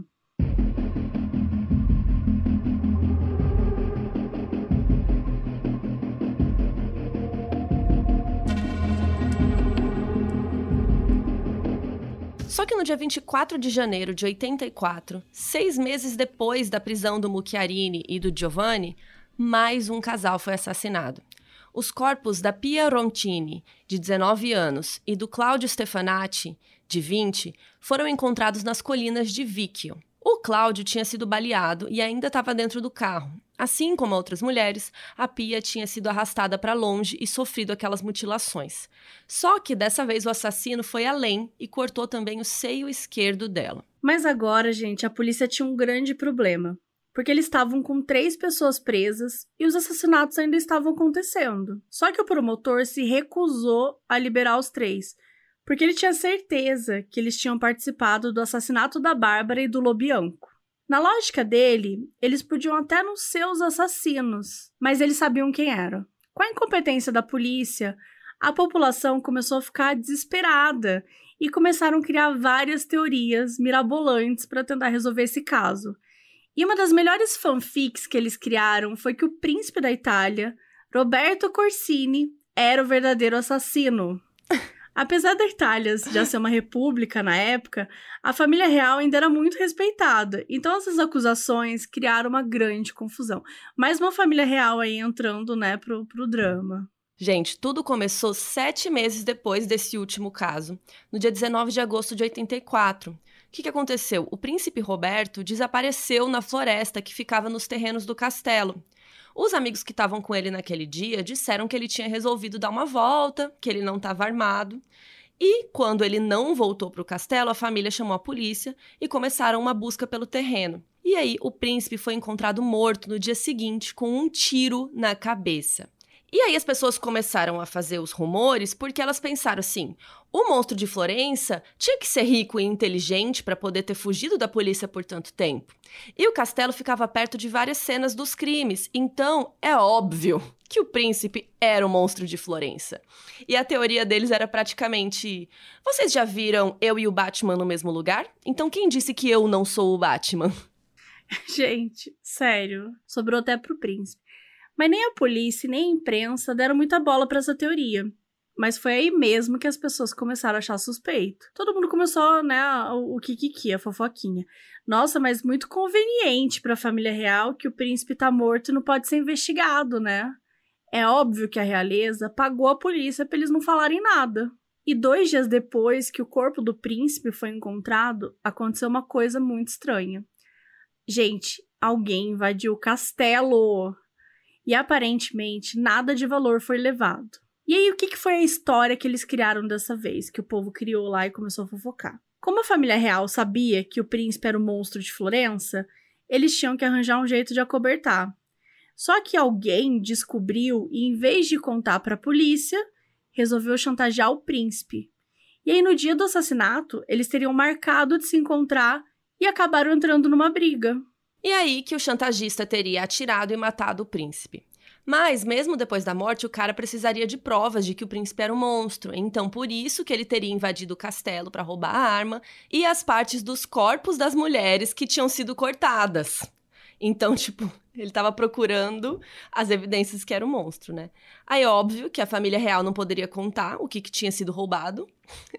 Só que no dia vinte e quatro de janeiro de oitenta e quatro, seis meses depois da prisão do Mucchiarini e do Giovanni, mais um casal foi assassinado. Os corpos da Pia Rontini, de dezenove anos, e do Claudio Stefanati, de vinte, foram encontrados nas colinas de Vicchio. O Cláudio tinha sido baleado e ainda estava dentro do carro. Assim como outras mulheres, a Pia tinha sido arrastada para longe e sofrido aquelas mutilações. Só que dessa vez o assassino foi além e cortou também o seio esquerdo dela. Mas agora, gente, a polícia tinha um grande problema, porque eles estavam com três pessoas presas e os assassinatos ainda estavam acontecendo. Só que o promotor se recusou a liberar os três, porque ele tinha certeza que eles tinham participado do assassinato da Bárbara e do Lobianco. Na lógica dele, eles podiam até não ser os assassinos, mas eles sabiam quem era. Com a incompetência da polícia, a população começou a ficar desesperada e começaram a criar várias teorias mirabolantes para tentar resolver esse caso. E uma das melhores fanfics que eles criaram foi que o príncipe da Itália, Roberto Corsini, era o verdadeiro assassino. Apesar da Itália já ser uma república na época, a família real ainda era muito respeitada. Então essas acusações criaram uma grande confusão. Mais uma família real aí entrando, né, pro, pro drama. Gente, tudo começou sete meses depois desse último caso, no dia dezenove de agosto de oitenta e quatro. O que, que aconteceu? O príncipe Roberto desapareceu na floresta que ficava nos terrenos do castelo. Os amigos que estavam com ele naquele dia disseram que ele tinha resolvido dar uma volta, que ele não estava armado. E, quando ele não voltou para o castelo, a família chamou a polícia e começaram uma busca pelo terreno. E aí, o príncipe foi encontrado morto no dia seguinte com um tiro na cabeça. E aí as pessoas começaram a fazer os rumores porque elas pensaram assim, o monstro de Florença tinha que ser rico e inteligente para poder ter fugido da polícia por tanto tempo. E o castelo ficava perto de várias cenas dos crimes, então é óbvio que o príncipe era o monstro de Florença. E a teoria deles era praticamente, vocês já viram eu e o Batman no mesmo lugar? Então quem disse que eu não sou o Batman? Gente, sério, sobrou até pro príncipe. Mas nem a polícia nem a imprensa deram muita bola para essa teoria. Mas foi aí mesmo que as pessoas começaram a achar suspeito. Todo mundo começou, né, o, o kikiki, a fofoquinha. Nossa, mas muito conveniente para a família real que o príncipe tá morto e não pode ser investigado, né? É óbvio que a realeza pagou a polícia para eles não falarem nada. E dois dias depois que o corpo do príncipe foi encontrado, aconteceu uma coisa muito estranha. Gente, alguém invadiu o castelo. E aparentemente nada de valor foi levado. E aí, o que, que foi a história que eles criaram dessa vez, que o povo criou lá e começou a fofocar? Como a família real sabia que o príncipe era o monstro de Florença, eles tinham que arranjar um jeito de acobertar. Só que alguém descobriu e, em vez de contar para a polícia, resolveu chantagear o príncipe. E aí, no dia do assassinato, eles teriam marcado de se encontrar e acabaram entrando numa briga. E aí que o chantagista teria atirado e matado o príncipe. Mas, mesmo depois da morte, o cara precisaria de provas de que o príncipe era um monstro. Então, por isso que ele teria invadido o castelo para roubar a arma e as partes dos corpos das mulheres que tinham sido cortadas. Então, tipo, ele estava procurando as evidências que era um monstro, né? Aí, óbvio que a família real não poderia contar o que, que tinha sido roubado.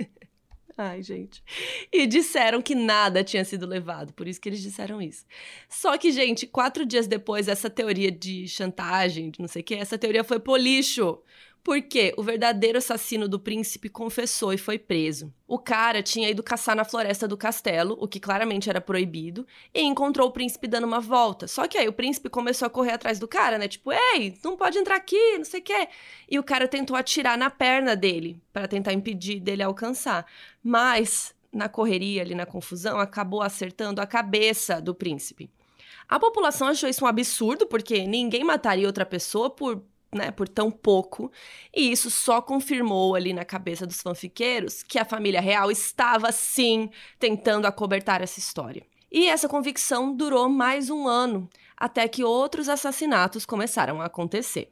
Ai, gente. E disseram que nada tinha sido levado, por isso que eles disseram isso. Só que, gente, quatro dias depois, essa teoria de chantagem, de não sei o que, essa teoria foi pro lixo. Porque o verdadeiro assassino do príncipe confessou e foi preso. O cara tinha ido caçar na floresta do castelo, o que claramente era proibido, e encontrou o príncipe dando uma volta. Só que aí o príncipe começou a correr atrás do cara, né? Tipo, ei, não pode entrar aqui, não sei o quê. E o cara tentou atirar na perna dele, para tentar impedir dele alcançar. Mas, na correria ali, na confusão, acabou acertando a cabeça do príncipe. A população achou isso um absurdo, porque ninguém mataria outra pessoa por né, por tão pouco, e isso só confirmou ali na cabeça dos fanfiqueiros que a família real estava, sim, tentando acobertar essa história. E essa convicção durou mais um ano, até que outros assassinatos começaram a acontecer.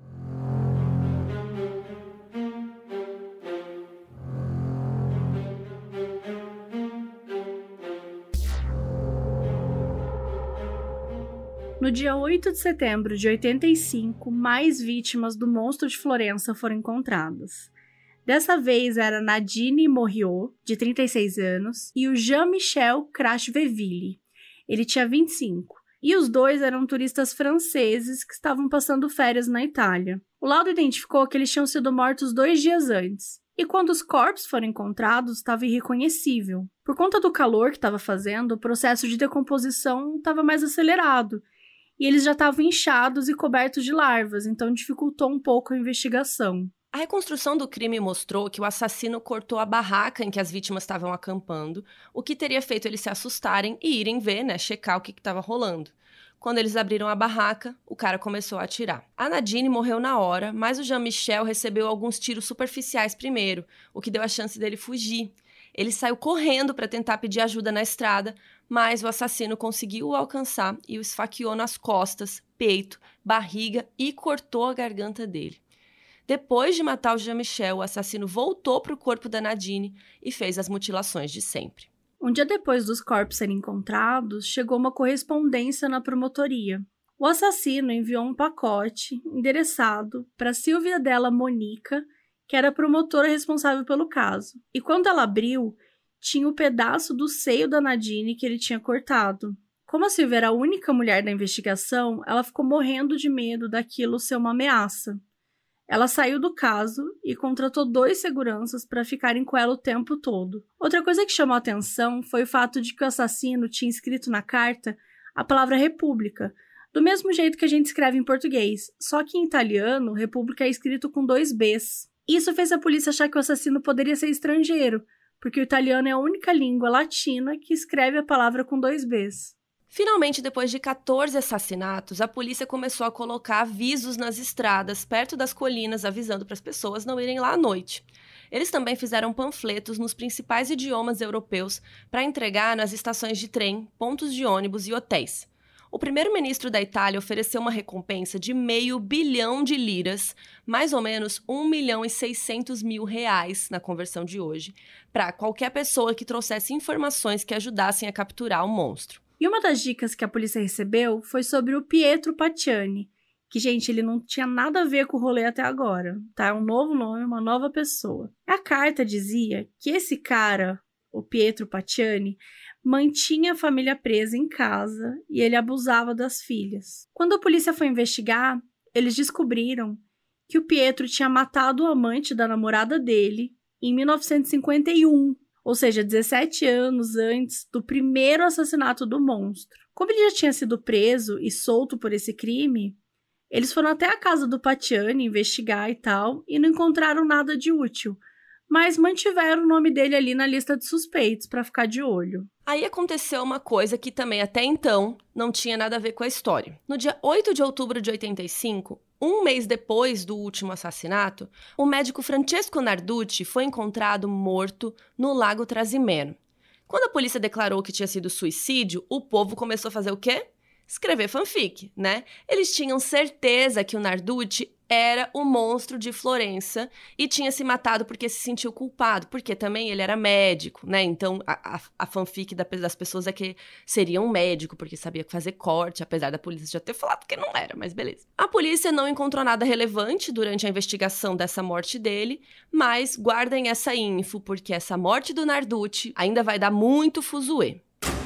No dia oito de setembro de oitenta e cinco, mais vítimas do monstro de Florença foram encontradas. Dessa vez era Nadine Morriot, de trinta e seis anos, e o Jean-Michel Crasheville. Ele tinha vinte e cinco. E os dois eram turistas franceses que estavam passando férias na Itália. O laudo identificou que eles tinham sido mortos dois dias antes. E quando os corpos foram encontrados, estava irreconhecível. Por conta do calor que estava fazendo, o processo de decomposição estava mais acelerado. E eles já estavam inchados e cobertos de larvas, então dificultou um pouco a investigação. A reconstrução do crime mostrou que o assassino cortou a barraca em que as vítimas estavam acampando, o que teria feito eles se assustarem e irem ver, né, checar o que estava rolando. Quando eles abriram a barraca, o cara começou a atirar. A Nadine morreu na hora, mas o Jean-Michel recebeu alguns tiros superficiais primeiro, o que deu a chance dele fugir. Ele saiu correndo para tentar pedir ajuda na estrada, mas o assassino conseguiu o alcançar e o esfaqueou nas costas, peito, barriga e cortou a garganta dele. Depois de matar o Jean-Michel, o assassino voltou para o corpo da Nadine e fez as mutilações de sempre. Um dia depois dos corpos serem encontrados, chegou uma correspondência na promotoria. O assassino enviou um pacote endereçado para Silvia Della Monica, que era a promotora responsável pelo caso. E quando ela abriu, tinha o um pedaço do seio da Nadine que ele tinha cortado. Como a Silvia era a única mulher da investigação, ela ficou morrendo de medo daquilo ser uma ameaça. Ela saiu do caso e contratou dois seguranças para ficarem com ela o tempo todo. Outra coisa que chamou a atenção foi o fato de que o assassino tinha escrito na carta a palavra república, do mesmo jeito que a gente escreve em português, só que em italiano, república é escrito com dois Bs. Isso fez a polícia achar que o assassino poderia ser estrangeiro, porque o italiano é a única língua latina que escreve a palavra com dois Bs. Finalmente, depois de quatorze assassinatos, a polícia começou a colocar avisos nas estradas, perto das colinas, avisando para as pessoas não irem lá à noite. Eles também fizeram panfletos nos principais idiomas europeus para entregar nas estações de trem, pontos de ônibus e hotéis. O primeiro-ministro da Itália ofereceu uma recompensa de meio bilhão de liras, mais ou menos um milhão e seiscentos mil reais na conversão de hoje, para qualquer pessoa que trouxesse informações que ajudassem a capturar o monstro. E uma das dicas que a polícia recebeu foi sobre o Pietro Pacciani, que, gente, ele não tinha nada a ver com o rolê até agora, tá? É um novo nome, uma nova pessoa. A carta dizia que esse cara, o Pietro Pacciani, mantinha a família presa em casa e ele abusava das filhas. Quando a polícia foi investigar, eles descobriram que o Pietro tinha matado o amante da namorada dele em mil novecentos e cinquenta e um, ou seja, dezessete anos antes do primeiro assassinato do monstro. Como ele já tinha sido preso e solto por esse crime, eles foram até a casa do Pacciani investigar e tal, e não encontraram nada de útil, mas mantiveram o nome dele ali na lista de suspeitos para ficar de olho. Aí aconteceu uma coisa que também até então não tinha nada a ver com a história. No dia oito de outubro de oitenta e cinco, um mês depois do último assassinato, o médico Francesco Narducci foi encontrado morto no Lago Trasimeno. Quando a polícia declarou que tinha sido suicídio, o povo começou a fazer o quê? Escrever fanfic, né? Eles tinham certeza que o Narducci era o monstro de Florença e tinha se matado porque se sentiu culpado, porque também ele era médico, né? Então, a, a, a fanfic da, das pessoas é que seria um médico, porque sabia fazer corte, apesar da polícia já ter falado que não era, mas beleza. A polícia não encontrou nada relevante durante a investigação dessa morte dele, mas guardem essa info, porque essa morte do Narducci ainda vai dar muito fuzuê.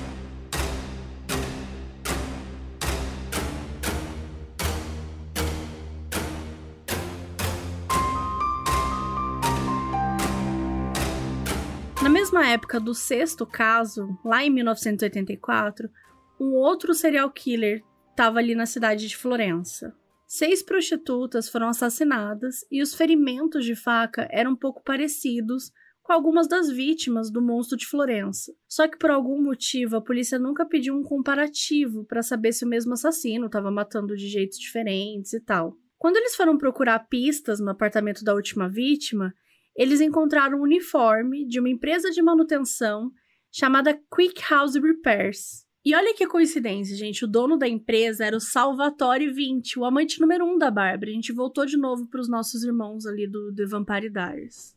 Na mesma época do sexto caso, lá em mil novecentos e oitenta e quatro, um outro serial killer estava ali na cidade de Florença. Seis prostitutas foram assassinadas e os ferimentos de faca eram um pouco parecidos com algumas das vítimas do monstro de Florença. Só que por algum motivo a polícia nunca pediu um comparativo para saber se o mesmo assassino estava matando de jeitos diferentes e tal. Quando eles foram procurar pistas no apartamento da última vítima, eles encontraram um uniforme de uma empresa de manutenção chamada Quick House Repairs. E olha que coincidência, gente, o dono da empresa era o Salvatore Vinci, o amante número um da Bárbara. A gente voltou de novo para os nossos irmãos ali do The Vampire Diaries.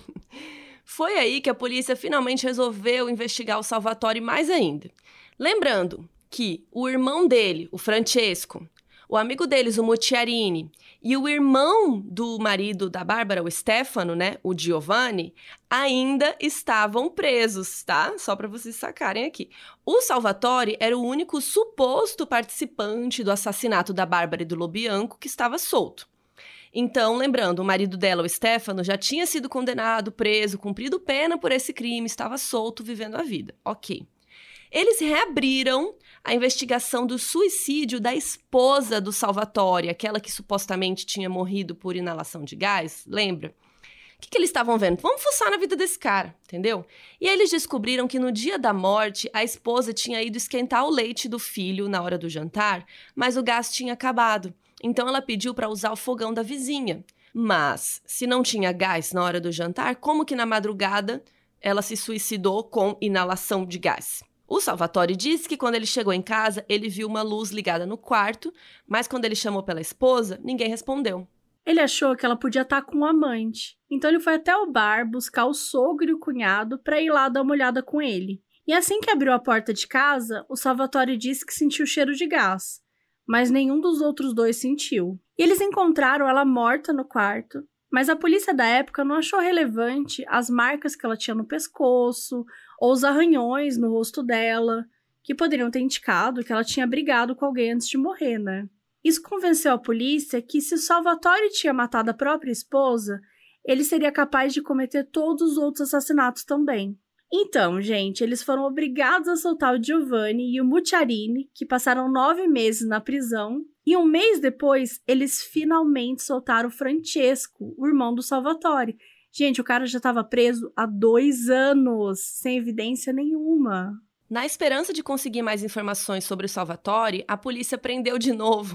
Foi aí que a polícia finalmente resolveu investigar o Salvatore mais ainda. Lembrando que o irmão dele, o Francesco, o amigo deles, o Mucciarini, e o irmão do marido da Bárbara, o Stefano, né, o Giovanni, ainda estavam presos, tá? Só para vocês sacarem aqui. O Salvatore era o único suposto participante do assassinato da Bárbara e do Lobianco que estava solto. Então, lembrando, o marido dela, o Stefano, já tinha sido condenado, preso, cumprido pena por esse crime, estava solto, vivendo a vida. Ok. Eles reabriram a investigação do suicídio da esposa do Salvatore, aquela que supostamente tinha morrido por inalação de gás, lembra? O que, que eles estavam vendo? Vamos fuçar na vida desse cara, entendeu? E aí eles descobriram que no dia da morte, a esposa tinha ido esquentar o leite do filho na hora do jantar, mas o gás tinha acabado. Então ela pediu para usar o fogão da vizinha. Mas, se não tinha gás na hora do jantar, como que na madrugada ela se suicidou com inalação de gás? O Salvatore disse que quando ele chegou em casa, ele viu uma luz ligada no quarto, mas quando ele chamou pela esposa, ninguém respondeu. Ele achou que ela podia estar com um amante, então ele foi até o bar buscar o sogro e o cunhado para ir lá dar uma olhada com ele. E assim que abriu a porta de casa, o Salvatore disse que sentiu cheiro de gás, mas nenhum dos outros dois sentiu. E eles encontraram ela morta no quarto, mas a polícia da época não achou relevante as marcas que ela tinha no pescoço ou os arranhões no rosto dela, que poderiam ter indicado que ela tinha brigado com alguém antes de morrer, né? Isso convenceu a polícia que se Salvatore tinha matado a própria esposa, ele seria capaz de cometer todos os outros assassinatos também. Então, gente, eles foram obrigados a soltar o Giovanni e o Mucciarini, que passaram nove meses na prisão, e um mês depois, eles finalmente soltaram o Francesco, o irmão do Salvatore. Gente, o cara já estava preso há dois anos, sem evidência nenhuma. Na esperança de conseguir mais informações sobre o Salvatore, a polícia prendeu de novo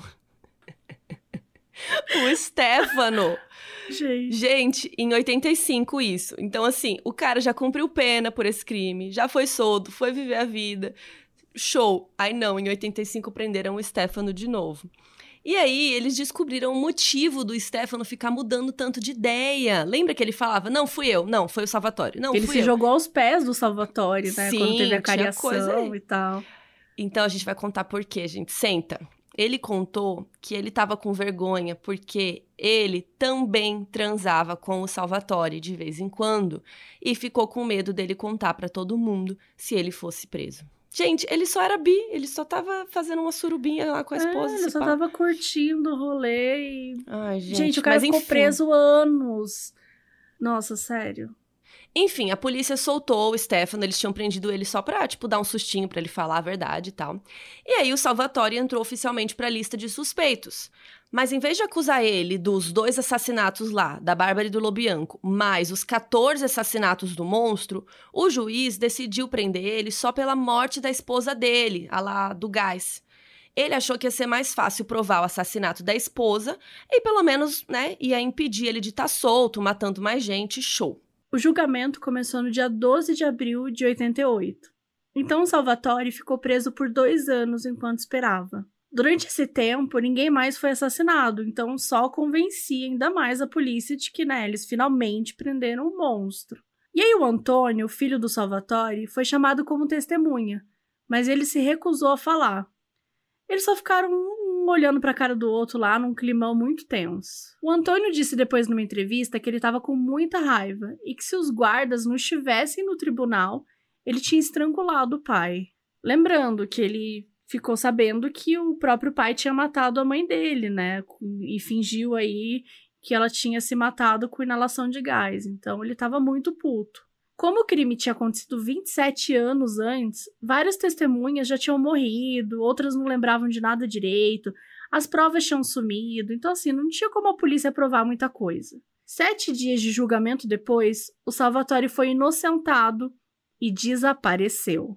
o Stefano. Gente. Gente, em oitenta e cinco isso. Então, assim, o cara já cumpriu pena por esse crime, já foi solto, foi viver a vida. Show. Aí não, em oitenta e cinco prenderam o Stefano de novo. E aí, eles descobriram o motivo do Stefano ficar mudando tanto de ideia. Lembra que ele falava, não, fui eu, não, foi o Salvatore, não, ele fui se eu. jogou aos pés do Salvatore, né? Sim, quando teve a tinha cariação coisa e tal. Então, a gente vai contar por quê, gente. Senta. Ele contou que ele estava com vergonha porque ele também transava com o Salvatore de vez em quando e ficou com medo dele contar para todo mundo se ele fosse preso. Gente, ele só era bi, ele só tava fazendo uma surubinha lá com a esposa. É, ele só pá. tava curtindo o rolê e... Ai, gente, gente, o cara mas ficou enfim. preso anos. Nossa, sério. Enfim, a polícia soltou o Stefano, eles tinham prendido ele só pra, tipo, dar um sustinho pra ele falar a verdade e tal. E aí o Salvatore entrou oficialmente pra lista de suspeitos. Mas em vez de acusar ele dos dois assassinatos lá, da Bárbara e do Lobianco, mais os quatorze assassinatos do monstro, o juiz decidiu prender ele só pela morte da esposa dele, a lá do gás. Ele achou que ia ser mais fácil provar o assassinato da esposa e pelo menos, né, ia impedir ele de estar solto, matando mais gente, show. O julgamento começou no dia doze de abril de oitenta e oito. Então, o Salvatore ficou preso por dois anos enquanto esperava. Durante esse tempo, ninguém mais foi assassinado, então só convencia ainda mais a polícia de que, né, eles finalmente prenderam o monstro. E aí o Antônio, o filho do Salvatore, foi chamado como testemunha, mas ele se recusou a falar. Eles só ficaram um olhando para a cara do outro lá num climão muito tenso. O Antônio disse depois numa entrevista que ele estava com muita raiva e que se os guardas não estivessem no tribunal, ele tinha estrangulado o pai. Lembrando que ele ficou sabendo que o próprio pai tinha matado a mãe dele, né? E fingiu aí que ela tinha se matado com inalação de gás. Então ele estava muito puto. Como o crime tinha acontecido vinte e sete anos antes, várias testemunhas já tinham morrido, outras não lembravam de nada direito, as provas tinham sumido, então assim, não tinha como a polícia provar muita coisa. Sete dias de julgamento depois, o Salvatore foi inocentado e desapareceu.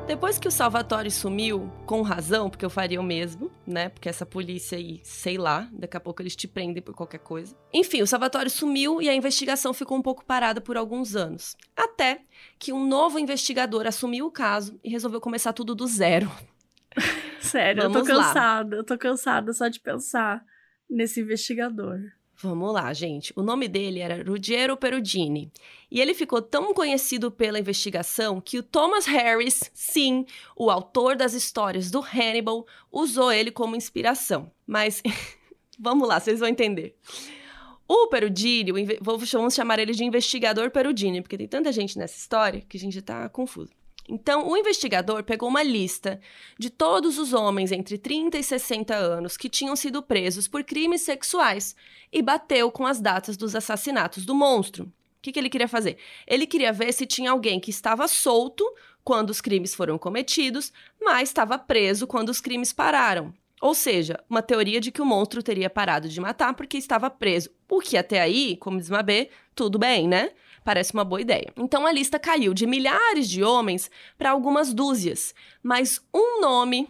Depois que o Salvatore sumiu, com razão, porque eu faria o mesmo, né? Porque essa polícia aí, sei lá, daqui a pouco eles te prendem por qualquer coisa. Enfim, o Salvatore sumiu e a investigação ficou um pouco parada por alguns anos. Até que um novo investigador assumiu o caso e resolveu começar tudo do zero. Sério, Vamos eu tô lá. cansada, eu tô cansada só de pensar nesse investigador. Vamos lá, gente. O nome dele era Ruggiero Perugini. E ele ficou tão conhecido pela investigação que o Thomas Harris, sim, o autor das histórias do Hannibal, usou ele como inspiração. Mas, vamos lá, vocês vão entender. O Perugini, o inve- vamos chamar ele de investigador Perugini, porque tem tanta gente nessa história que a gente tá confuso. Então, o investigador pegou uma lista de todos os homens entre trinta e sessenta anos que tinham sido presos por crimes sexuais e bateu com as datas dos assassinatos do monstro. O que, que ele queria fazer? Ele queria ver se tinha alguém que estava solto quando os crimes foram cometidos, mas estava preso quando os crimes pararam. Ou seja, uma teoria de que o monstro teria parado de matar porque estava preso. O que até aí, como diz Mabê, tudo bem, né? Parece uma boa ideia. Então a lista caiu de milhares de homens para algumas dúzias, mas um nome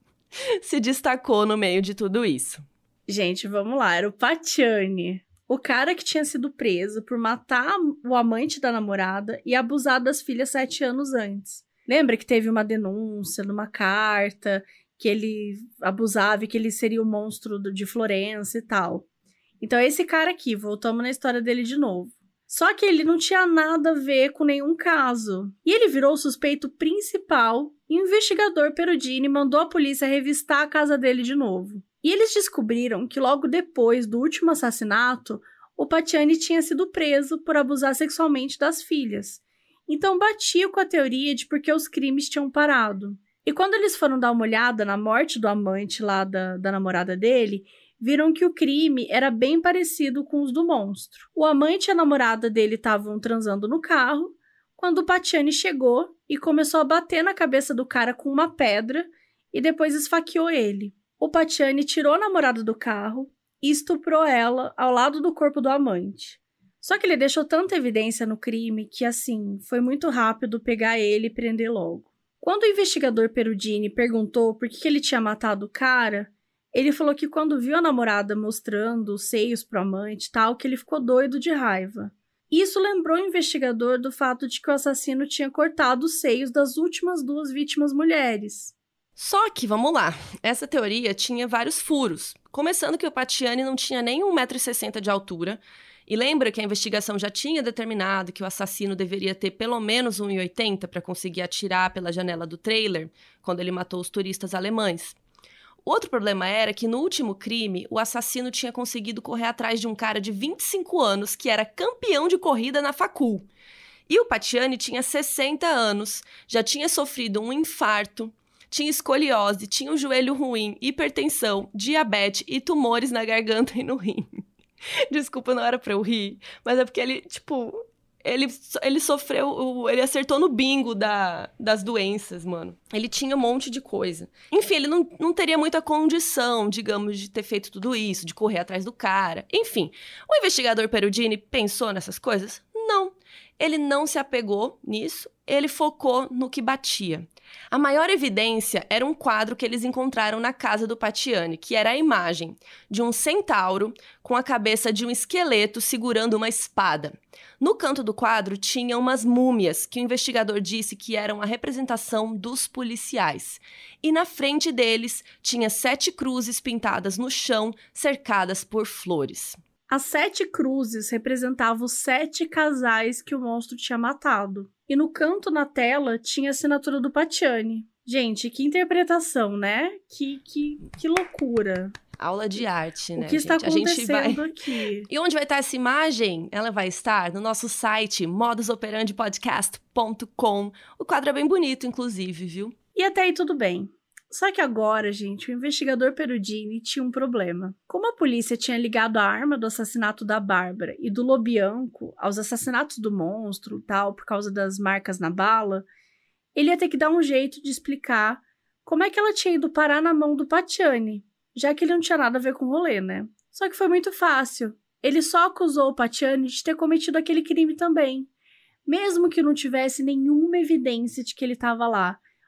se destacou no meio de tudo isso. Gente, vamos lá, era o Pacciani. O cara que tinha sido preso por matar o amante da namorada e abusar das filhas sete anos antes. Lembra que teve uma denúncia numa carta que ele abusava e que ele seria o monstro de Florença e tal. Então, esse cara aqui, voltamos na história dele de novo. Só que ele não tinha nada a ver com nenhum caso. E ele virou o suspeito principal e o investigador Perugini mandou a polícia revistar a casa dele de novo. E eles descobriram que logo depois do último assassinato, o Pacciani tinha sido preso por abusar sexualmente das filhas. Então batia com a teoria de porque os crimes tinham parado. E quando eles foram dar uma olhada na morte do amante lá da, da namorada dele, viram que o crime era bem parecido com os do monstro. O amante e a namorada dele estavam transando no carro, quando o Pacciani chegou e começou a bater na cabeça do cara com uma pedra e depois esfaqueou ele. O Pacciani tirou a namorada do carro e estuprou ela ao lado do corpo do amante. Só que ele deixou tanta evidência no crime que, assim, foi muito rápido pegar ele e prender logo. Quando o investigador Perugini perguntou por que ele tinha matado o cara, ele falou que quando viu a namorada mostrando os seios pro amante e tal, que ele ficou doido de raiva. Isso lembrou o investigador do fato de que o assassino tinha cortado os seios das últimas duas vítimas mulheres. Só que, vamos lá, essa teoria tinha vários furos. Começando que o Pacciani não tinha nem um metro e sessenta de altura. E lembra que a investigação já tinha determinado que o assassino deveria ter pelo menos um metro e oitenta para conseguir atirar pela janela do trailer quando ele matou os turistas alemães. Outro problema era que no último crime, o assassino tinha conseguido correr atrás de um cara de vinte e cinco anos que era campeão de corrida na facul. E o Pacciani tinha sessenta anos, já tinha sofrido um infarto, tinha escoliose, tinha um joelho ruim, hipertensão, diabetes e tumores na garganta e no rim. Desculpa, não era pra eu rir, mas é porque ele, tipo, ele, ele sofreu, ele acertou no bingo da, das doenças, mano. Ele tinha um monte de coisa. Enfim, ele não, não teria muita condição, digamos, de ter feito tudo isso, de correr atrás do cara. Enfim, o investigador Perugini pensou nessas coisas? Não. Ele não se apegou nisso, ele focou no que batia. A maior evidência era um quadro que eles encontraram na casa do Pacciani, que era a imagem de um centauro com a cabeça de um esqueleto segurando uma espada. No canto do quadro tinha umas múmias que o investigador disse que eram a representação dos policiais. E na frente deles tinha sete cruzes pintadas no chão, cercadas por flores. As sete cruzes representavam os sete casais que o monstro tinha matado. E no canto na tela tinha a assinatura do Pacciani. Gente, que interpretação, né? Que, que, que loucura. Aula de arte, né, O que está gente? acontecendo A gente vai... aqui? E onde vai estar essa imagem? Ela vai estar no nosso site, modus operandi podcast ponto com. O quadro é bem bonito, inclusive, viu? E até aí tudo bem. Só que agora, gente, o investigador Perugini tinha um problema. Como a polícia tinha ligado a arma do assassinato da Bárbara e do Lobianco aos assassinatos do monstro e tal, por causa das marcas na bala, ele ia ter que dar um jeito de explicar como é que ela tinha ido parar na mão do Pacciani, já que ele não tinha nada a ver com o rolê, né? Só que foi muito fácil. Ele só acusou o Pacciani de ter cometido aquele crime também, mesmo que não tivesse nenhuma evidência de que ele estava lá.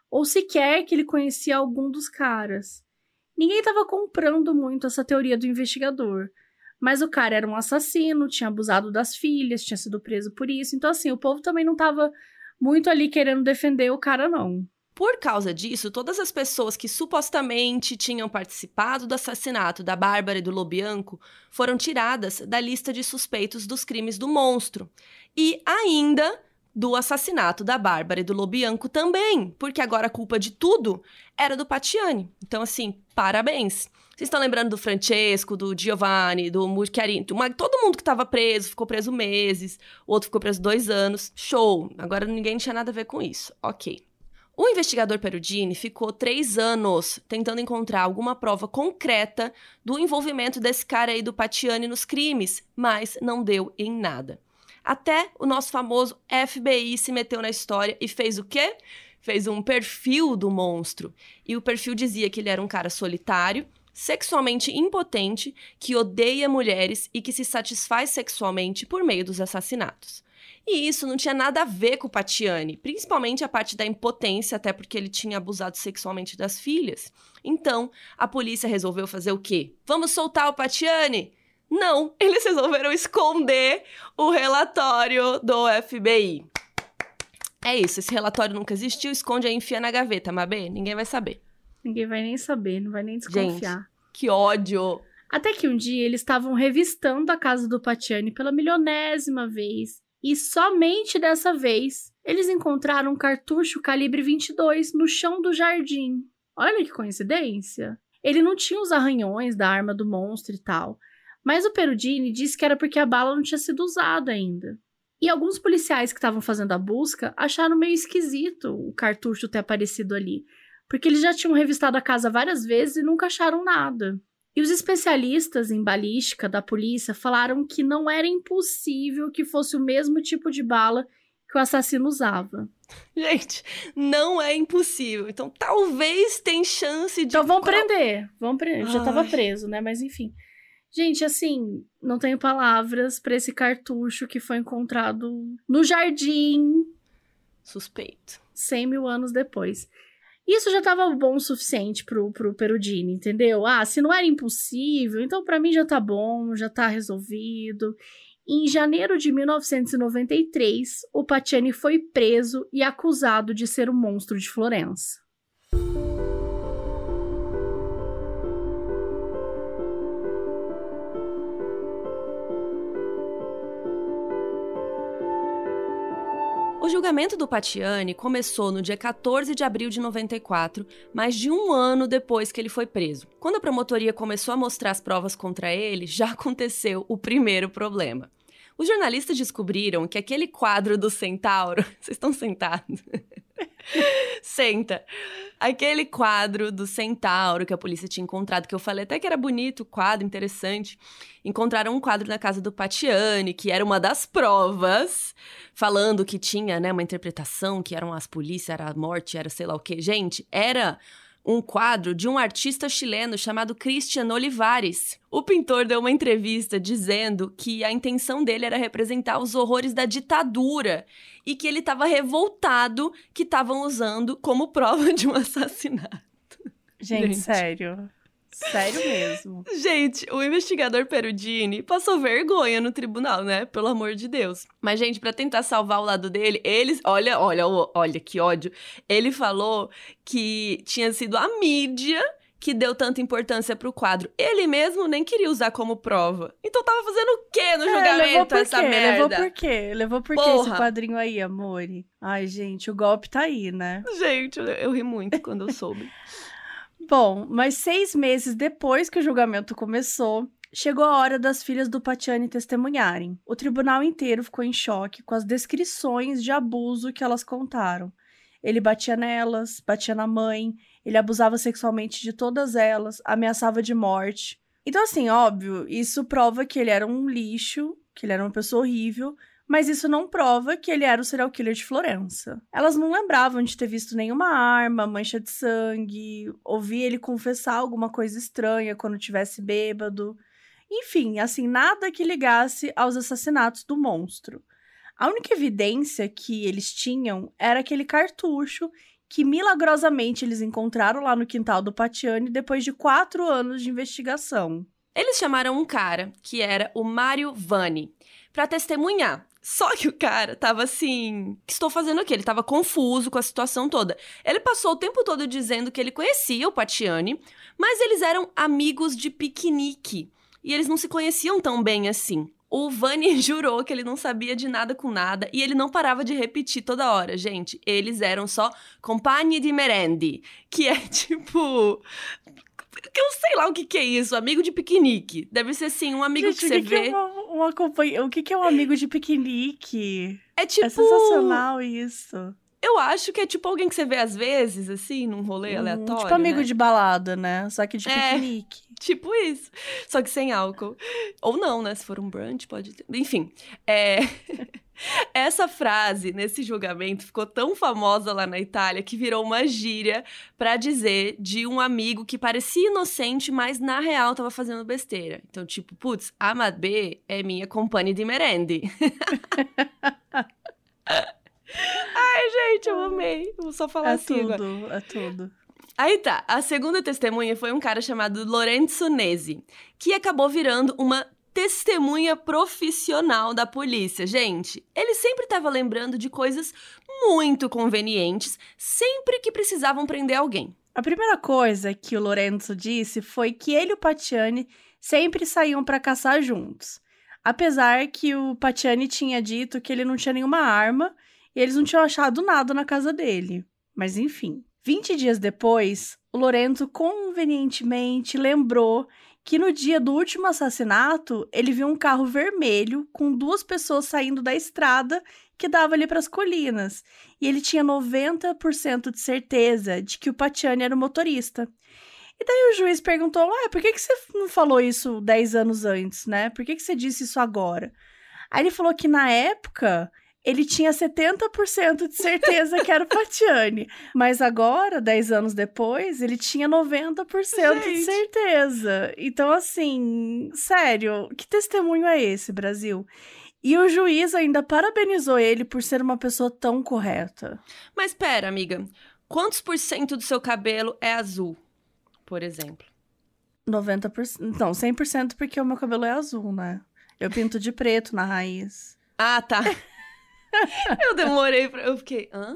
ou sequer que ele conhecia algum dos caras. Ninguém estava comprando muito essa teoria do investigador. Mas o cara era um assassino, tinha abusado das filhas, tinha sido preso por isso. Então, assim, o povo também não estava muito ali querendo defender o cara, não. Por causa disso, todas as pessoas que supostamente tinham participado do assassinato da Bárbara e do Lobianco foram tiradas da lista de suspeitos dos crimes do monstro. E ainda do assassinato da Bárbara e do Lobianco também, porque agora a culpa de tudo era do Pacciani. Então, assim, parabéns. Vocês estão lembrando do Francesco, do Giovanni, do Murchiarini, todo mundo que estava preso, ficou preso meses, o outro ficou preso dois anos. Show! Agora ninguém tinha nada a ver com isso. Ok. O investigador Perugini ficou três anos tentando encontrar alguma prova concreta do envolvimento desse cara aí do Pacciani nos crimes, mas não deu em nada. Até o nosso famoso F B I se meteu na história e fez o quê? Fez um perfil do monstro. E o perfil dizia que ele era um cara solitário, sexualmente impotente, que odeia mulheres e que se satisfaz sexualmente por meio dos assassinatos. E isso não tinha nada a ver com o Pacciani, principalmente a parte da impotência, até porque ele tinha abusado sexualmente das filhas. Então, a polícia resolveu fazer o quê? Vamos soltar o Pacciani? Não, eles resolveram esconder o relatório do F B I. É isso, esse relatório nunca existiu, esconde aí e enfia na gaveta, Mabê, ninguém vai saber. Ninguém vai nem saber, não vai nem desconfiar. Gente, que ódio! Até que um dia eles estavam revistando a casa do Pacciani pela milionésima vez. E somente dessa vez, eles encontraram um cartucho calibre vinte e dois no chão do jardim. Olha que coincidência. Ele não tinha os arranhões da arma do monstro e tal. Mas o Perugini disse que era porque a bala não tinha sido usada ainda. E alguns policiais que estavam fazendo a busca acharam meio esquisito o cartucho ter aparecido ali. Porque eles já tinham revistado a casa várias vezes e nunca acharam nada. E os especialistas em balística da polícia falaram que não era impossível que fosse o mesmo tipo de bala que o assassino usava. Gente, não é impossível. Então, talvez tenha chance de... Então, vão prender. Vão prender. Já estava preso, né? Mas, enfim. Gente, assim, não tenho palavras para esse cartucho que foi encontrado no jardim. Suspeito. cem mil anos depois. Isso já estava bom o suficiente pro, pro Perugini, entendeu? Ah, se não era impossível, então para mim já tá bom, já tá resolvido. Em janeiro de mil novecentos e noventa e três, o Pacciani foi preso e acusado de ser o monstro de Florença. O julgamento do Pacciani começou no dia quatorze de abril de noventa e quatro, mais de um ano depois que ele foi preso. Quando a promotoria começou a mostrar as provas contra ele, já aconteceu o primeiro problema. Os jornalistas descobriram que aquele quadro do Centauro... Vocês estão sentados? Senta. Aquele quadro do Centauro que a polícia tinha encontrado, que eu falei até que era bonito, quadro, interessante. Encontraram um quadro na casa do Pacciani, que era uma das provas, falando que tinha, né, uma interpretação, que eram as polícias, era a morte, era sei lá o quê. Gente, era um quadro de um artista chileno chamado Christian Olivares. O pintor deu uma entrevista dizendo que a intenção dele era representar os horrores da ditadura e que ele estava revoltado que estavam usando como prova de um assassinato. Gente, Gente. sério. Sério mesmo. Gente, o investigador Perugini passou vergonha no tribunal, né? Pelo amor de Deus. Mas, gente, pra tentar salvar o lado dele, eles... Olha, olha, olha, que ódio. Ele falou que tinha sido a mídia que deu tanta importância pro quadro. Ele mesmo nem queria usar como prova. Então tava fazendo o quê no é, julgamento essa quê? merda? Levou por quê? Levou por quê esse quadrinho aí, amore? Ai, gente, o golpe tá aí, né? Gente, eu, eu ri muito quando eu soube. Bom, mas seis meses depois que o julgamento começou, chegou a hora das filhas do Pacciani testemunharem. O tribunal inteiro ficou em choque com as descrições de abuso que elas contaram. Ele batia nelas, batia na mãe, ele abusava sexualmente de todas elas, ameaçava de morte. Então, assim, óbvio, isso prova que ele era um lixo, que ele era uma pessoa horrível, mas isso não prova que ele era o serial killer de Florença. Elas não lembravam de ter visto nenhuma arma, mancha de sangue, ouvir ele confessar alguma coisa estranha quando estivesse bêbado. Enfim, assim, nada que ligasse aos assassinatos do monstro. A única evidência que eles tinham era aquele cartucho que milagrosamente eles encontraram lá no quintal do Pacciani depois de quatro anos de investigação. Eles chamaram um cara, que era o Mário Vanni, pra testemunhar. Só que o cara tava assim, o que estou fazendo aqui? Ele tava confuso com a situação toda. Ele passou o tempo todo dizendo que ele conhecia o Pacciani, mas eles eram amigos de piquenique. E eles não se conheciam tão bem assim. O Vanni jurou que ele não sabia de nada com nada e ele não parava de repetir toda hora. Gente, eles eram só compagni di merende, que é tipo... que eu sei lá o que que é isso, amigo de piquenique. Deve ser, assim, um amigo Gente, que você o que vê... Que é uma, uma companhia... O que que é um amigo de piquenique? É tipo... É sensacional isso. Eu acho que é tipo alguém que você vê às vezes, assim, num rolê Hum, aleatório, tipo amigo né? de balada, né? Só que de É. piquenique. Tipo isso. Só que sem álcool. Ou não, né? Se for um brunch, pode ter. Enfim, é... essa frase, nesse julgamento, ficou tão famosa lá na Itália que virou uma gíria pra dizer de um amigo que parecia inocente, mas na real tava fazendo besteira. Então, tipo, putz, a Madbe é minha companhia de merende. Ai, gente, eu amei. Vou só falar É assim agora. tudo, é tudo. Aí tá, a segunda testemunha foi um cara chamado Lorenzo Nesi, que acabou virando uma testemunha profissional da polícia. Gente, ele sempre estava lembrando de coisas muito convenientes, sempre que precisavam prender alguém. A primeira coisa que o Lorenzo disse foi que ele e o Pacciani sempre saíam para caçar juntos. Apesar que o Pacciani tinha dito que ele não tinha nenhuma arma e eles não tinham achado nada na casa dele. Mas enfim, vinte dias depois, o Lorenzo convenientemente lembrou que no dia do último assassinato, ele viu um carro vermelho com duas pessoas saindo da estrada que dava ali para as colinas. E ele tinha noventa por cento de certeza de que o Pacciani era o motorista. E daí o juiz perguntou, ué, por que, que você não falou isso dez anos antes, né? Por que, que você disse isso agora? Aí ele falou que na época... ele tinha setenta por cento de certeza que era o Pacciani. Mas agora, dez anos depois, ele tinha noventa por cento de certeza. Então, assim, sério, que testemunho é esse, Brasil? E o juiz ainda parabenizou ele por ser uma pessoa tão correta. Mas pera, amiga, quantos por cento do seu cabelo é azul, por exemplo? noventa por cento. Não, cem por cento porque o meu cabelo é azul, né? Eu pinto de preto na raiz. Ah, tá. Eu demorei pra... Eu fiquei... hã?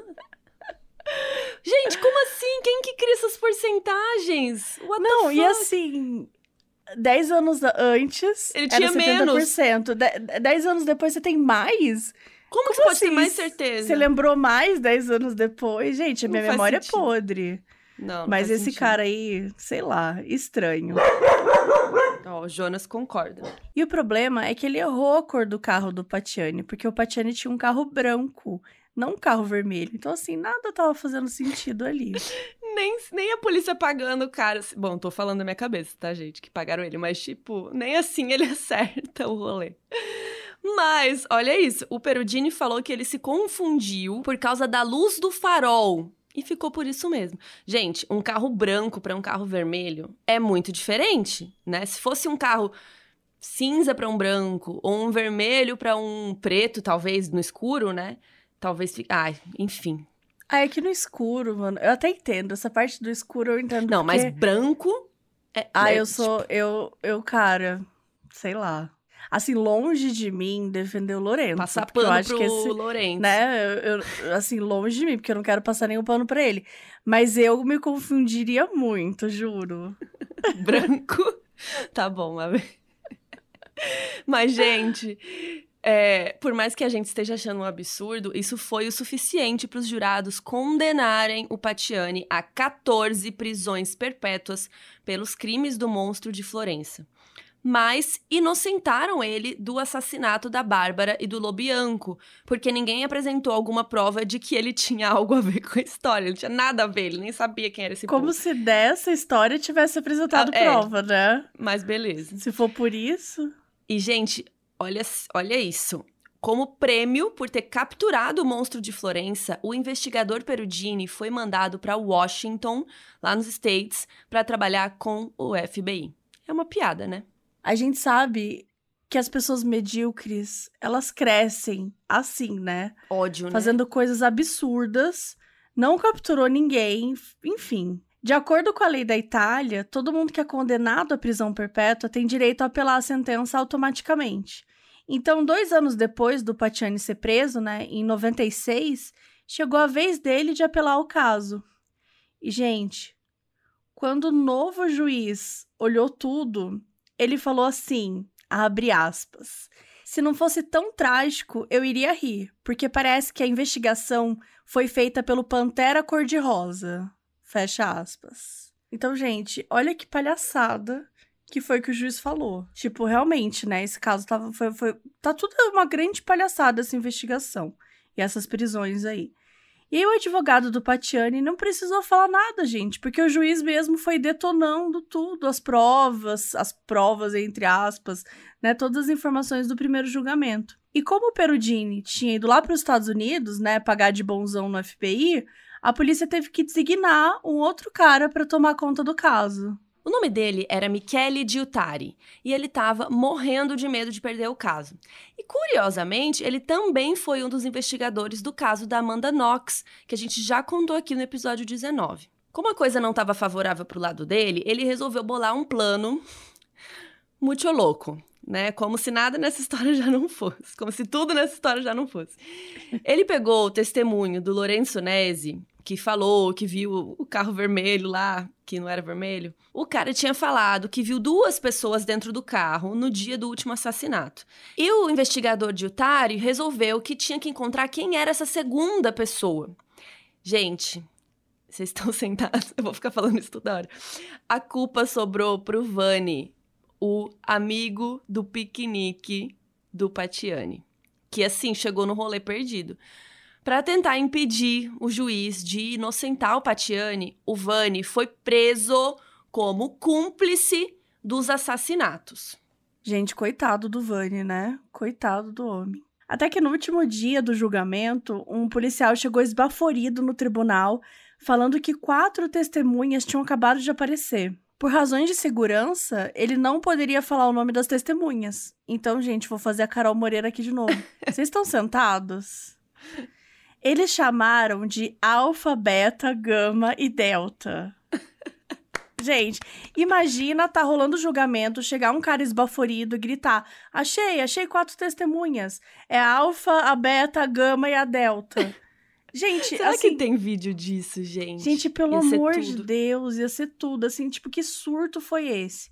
Gente, como assim? Quem que cria essas porcentagens? What Não, the fuck? e assim... dez anos antes... Ele era tinha setenta por menos. cento. dez anos depois você tem mais? Como, Como que você pode assim? ter mais certeza? Você lembrou mais dez anos depois? Gente, a minha Não faz memória sentido. é podre. Não, não Mas faz esse sentido. cara aí, sei lá, estranho. Ó, o Jonas concorda. E o problema é que ele errou a cor do carro do Pacciani, porque o Pacciani tinha um carro branco, não um carro vermelho. Então, assim, nada tava fazendo sentido ali. Nem, nem a polícia pagando o cara... Bom, tô falando da minha cabeça, tá, gente? Que pagaram ele. Mas, tipo, nem assim ele acerta o rolê. Mas, olha isso. O Perudini falou que ele se confundiu por causa da luz do farol. E ficou por isso mesmo. Gente, um carro branco para um carro vermelho é muito diferente, né? Se fosse um carro cinza para um branco, ou um vermelho para um preto, talvez, no escuro, né? Talvez... Fique... Ai, enfim. Ah, é que no escuro, mano, eu até entendo. Essa parte do escuro eu entendo. Não, porque... mas branco... É, Ah, é, eu sou... tipo, Eu, eu, cara, sei lá. Assim, longe de mim defender o Lorenzo. passar porque eu pano acho pro que esse, Lourenço. né, eu, eu- assim, longe de mim, porque eu não quero passar nenhum pano pra ele. Mas eu me confundiria muito, juro. Branco. Tá bom, mas... Mas, gente... É, por mais que a gente esteja achando um absurdo, isso foi o suficiente para os jurados condenarem o Pacciani a quatorze prisões perpétuas pelos crimes do monstro de Florença. Mas inocentaram ele do assassinato da Bárbara e do Lobianco, porque ninguém apresentou alguma prova de que ele tinha algo a ver com a história. Ele não tinha nada a ver, ele nem sabia quem era esse Como povo. se dessa história tivesse apresentado Ah, é. prova, né? Mas beleza. Se for por isso... E, gente, olha, olha isso. Como prêmio por ter capturado o monstro de Florença, o investigador Perudini foi mandado para Washington, lá nos States, para trabalhar com o F B I. É uma piada, né? A gente sabe que as pessoas medíocres, elas crescem assim, né? Ódio, né? Fazendo coisas absurdas, não capturou ninguém, enfim. De acordo com a lei da Itália, todo mundo que é condenado à prisão perpétua tem direito a apelar a sentença automaticamente. Então, dois anos depois do Pacciani ser preso, né, em noventa e seis, chegou a vez dele de apelar o caso. E, gente, quando o novo juiz olhou tudo, ele falou assim, abre aspas, se não fosse tão trágico, eu iria rir, porque parece que a investigação foi feita pelo Pantera Cor-de-Rosa. Fecha aspas. Então, gente, olha que palhaçada que foi que o juiz falou. Tipo, realmente, né, esse caso tava, foi, foi, tá tudo uma grande palhaçada essa investigação e essas prisões aí. E aí o advogado do Pacciani não precisou falar nada, gente, porque o juiz mesmo foi detonando tudo, as provas, as provas, entre aspas, né, todas as informações do primeiro julgamento. E como o Perudini tinha ido lá para os Estados Unidos, né, pagar de bonzão no F B I, a polícia teve que designar um outro cara para tomar conta do caso. O nome dele era Michele Giuttari e ele estava morrendo de medo de perder o caso. E, curiosamente, ele também foi um dos investigadores do caso da Amanda Knox, que a gente já contou aqui no episódio dezenove. Como a coisa não estava favorável para o lado dele, ele resolveu bolar um plano muito louco, né? Como se nada nessa história já não fosse. Como se tudo nessa história já não fosse. Ele pegou o testemunho do Lorenzo Nesi, que falou que viu o carro vermelho lá, que não era vermelho. O cara tinha falado que viu duas pessoas dentro do carro no dia do último assassinato. E o investigador Giuttari resolveu que tinha que encontrar quem era essa segunda pessoa. Gente, vocês estão sentados? Eu vou ficar falando isso toda hora. A culpa sobrou pro Vanni, o amigo do piquenique do Pacciani, que assim chegou no rolê perdido. Para tentar impedir o juiz de inocentar o Pacciani, o Vanni foi preso como cúmplice dos assassinatos. Gente, coitado do Vanni, né? Coitado do homem. Até que no último dia do julgamento, um policial chegou esbaforido no tribunal, falando que quatro testemunhas tinham acabado de aparecer. Por razões de segurança, ele não poderia falar o nome das testemunhas. Então, gente, vou fazer a Carol Moreira aqui de novo. Vocês estão sentados? Eles chamaram de alfa, beta, gama e delta. Gente, imagina tá rolando o julgamento, chegar um cara esbaforido e gritar: achei, achei quatro testemunhas. É a alfa, a beta, a gama e a delta. Gente, será assim, que tem vídeo disso, gente? Gente, pelo Ia ser amor tudo. de Deus, ia ser tudo. Assim, tipo, que surto foi esse?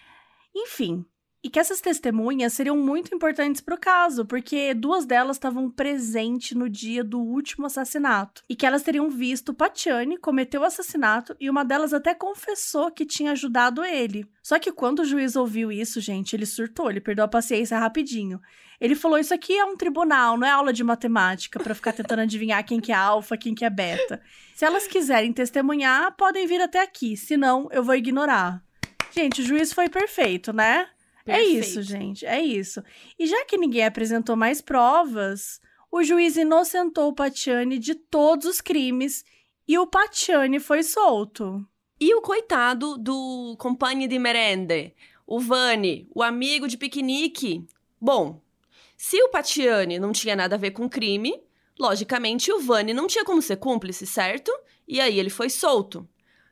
Enfim. E que essas testemunhas seriam muito importantes pro caso, porque duas delas estavam presentes no dia do último assassinato. E que elas teriam visto Pacciani cometer o assassinato e uma delas até confessou que tinha ajudado ele. Só que quando o juiz ouviu isso, gente, ele surtou, ele perdeu a paciência rapidinho. Ele falou, isso aqui é um tribunal, não é aula de matemática pra ficar tentando adivinhar quem que é alfa, quem que é beta. Se elas quiserem testemunhar, podem vir até aqui, senão eu vou ignorar. Gente, o juiz foi perfeito, né? Perfeito. É isso, gente, é isso. E já que ninguém apresentou mais provas, o juiz inocentou o Pacciani de todos os crimes e o Pacciani foi solto. E o coitado do companheiro de merende, o Vanni, o amigo de piquenique? Bom, se o Pacciani não tinha nada a ver com crime, logicamente o Vanni não tinha como ser cúmplice, certo? E aí ele foi solto.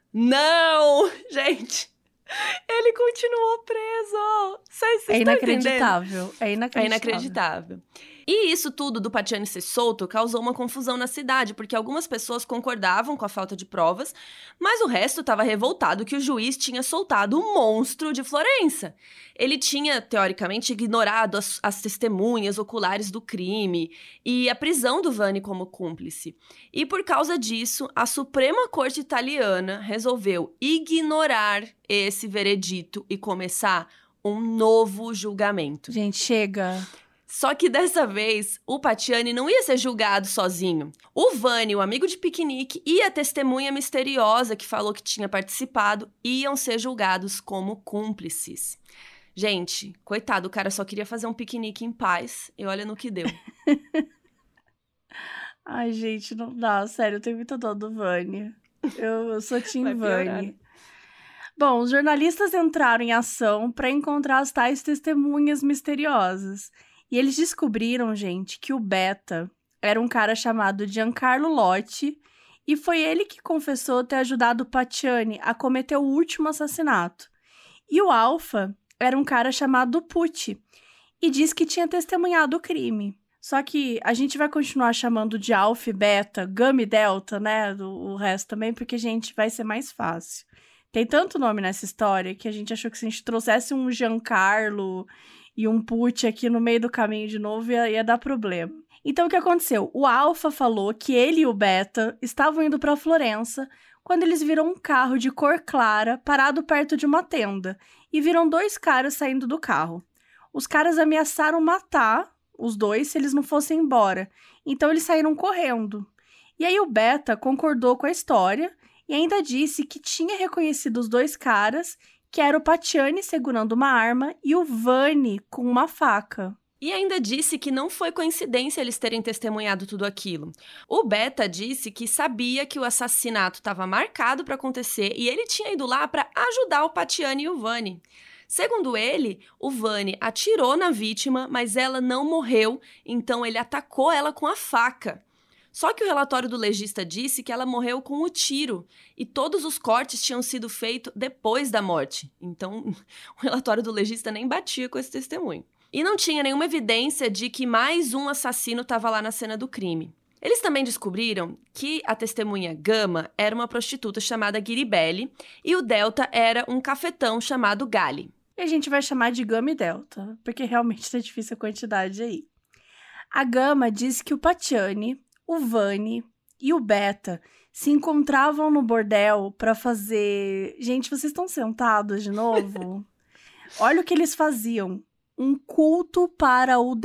Não, gente! Ele continuou preso! Vocês é estão inacreditável, entendendo? é inacreditável. É inacreditável. E isso tudo do Pacciani ser solto causou uma confusão na cidade, porque algumas pessoas concordavam com a falta de provas, mas o resto estava revoltado que o juiz tinha soltado o monstro de Florença. Ele tinha, teoricamente, ignorado as, as testemunhas oculares do crime e a prisão do Vanni como cúmplice. E por causa disso, a Suprema Corte Italiana resolveu ignorar esse veredito e começar um novo julgamento. Gente, chega... Só que dessa vez, o Pacciani não ia ser julgado sozinho. O Vanni, o amigo de piquenique, e a testemunha misteriosa que falou que tinha participado iam ser julgados como cúmplices. Gente, coitado, o cara só queria fazer um piquenique em paz e olha no que deu. Ai, gente, não dá, sério, eu tenho muita dó do Vanni. Eu, eu sou Team Vanni. Bom, os jornalistas entraram em ação para encontrar as tais testemunhas misteriosas. E eles descobriram, gente, que o Beta era um cara chamado Giancarlo Lotti E foi ele que confessou ter ajudado o Pacciani a cometer o último assassinato. E o Alfa era um cara chamado Pucci, e diz que tinha testemunhado o crime. Só que a gente vai continuar chamando de Alfa e Beta, Gama e Delta, né? O, o resto também, porque, gente, vai ser mais fácil. Tem tanto nome nessa história que a gente achou que se a gente trouxesse um Giancarlo e um Pucci aqui no meio do caminho de novo, ia, ia dar problema. Então, o que aconteceu? O Alfa falou que ele e o Beta estavam indo para Florença quando eles viram um carro de cor clara parado perto de uma tenda e viram dois caras saindo do carro. Os caras ameaçaram matar os dois se eles não fossem embora, então eles saíram correndo. E aí o Beta concordou com a história e ainda disse que tinha reconhecido os dois caras, que era o Pacciani segurando uma arma e o Vanni com uma faca. E ainda disse que não foi coincidência eles terem testemunhado tudo aquilo. O Beta disse que sabia que o assassinato estava marcado para acontecer e ele tinha ido lá para ajudar o Pacciani e o Vanni. Segundo ele, o Vanni atirou na vítima, mas ela não morreu, então ele atacou ela com a faca. Só que o relatório do legista disse que ela morreu com o tiro e todos os cortes tinham sido feitos depois da morte. Então, o relatório do legista nem batia com esse testemunho. E não tinha nenhuma evidência de que mais um assassino estava lá na cena do crime. Eles também descobriram que a testemunha Gama era uma prostituta chamada Ghiribelli e o Delta era um cafetão chamado Gali. E a gente vai chamar de Gama e Delta, porque realmente tá difícil a quantidade aí. A Gama disse que o Pacciani, o Vanni e o Beta se encontravam no bordel para fazer... Gente, vocês estão sentados de novo? Olha o que eles faziam. Um culto para o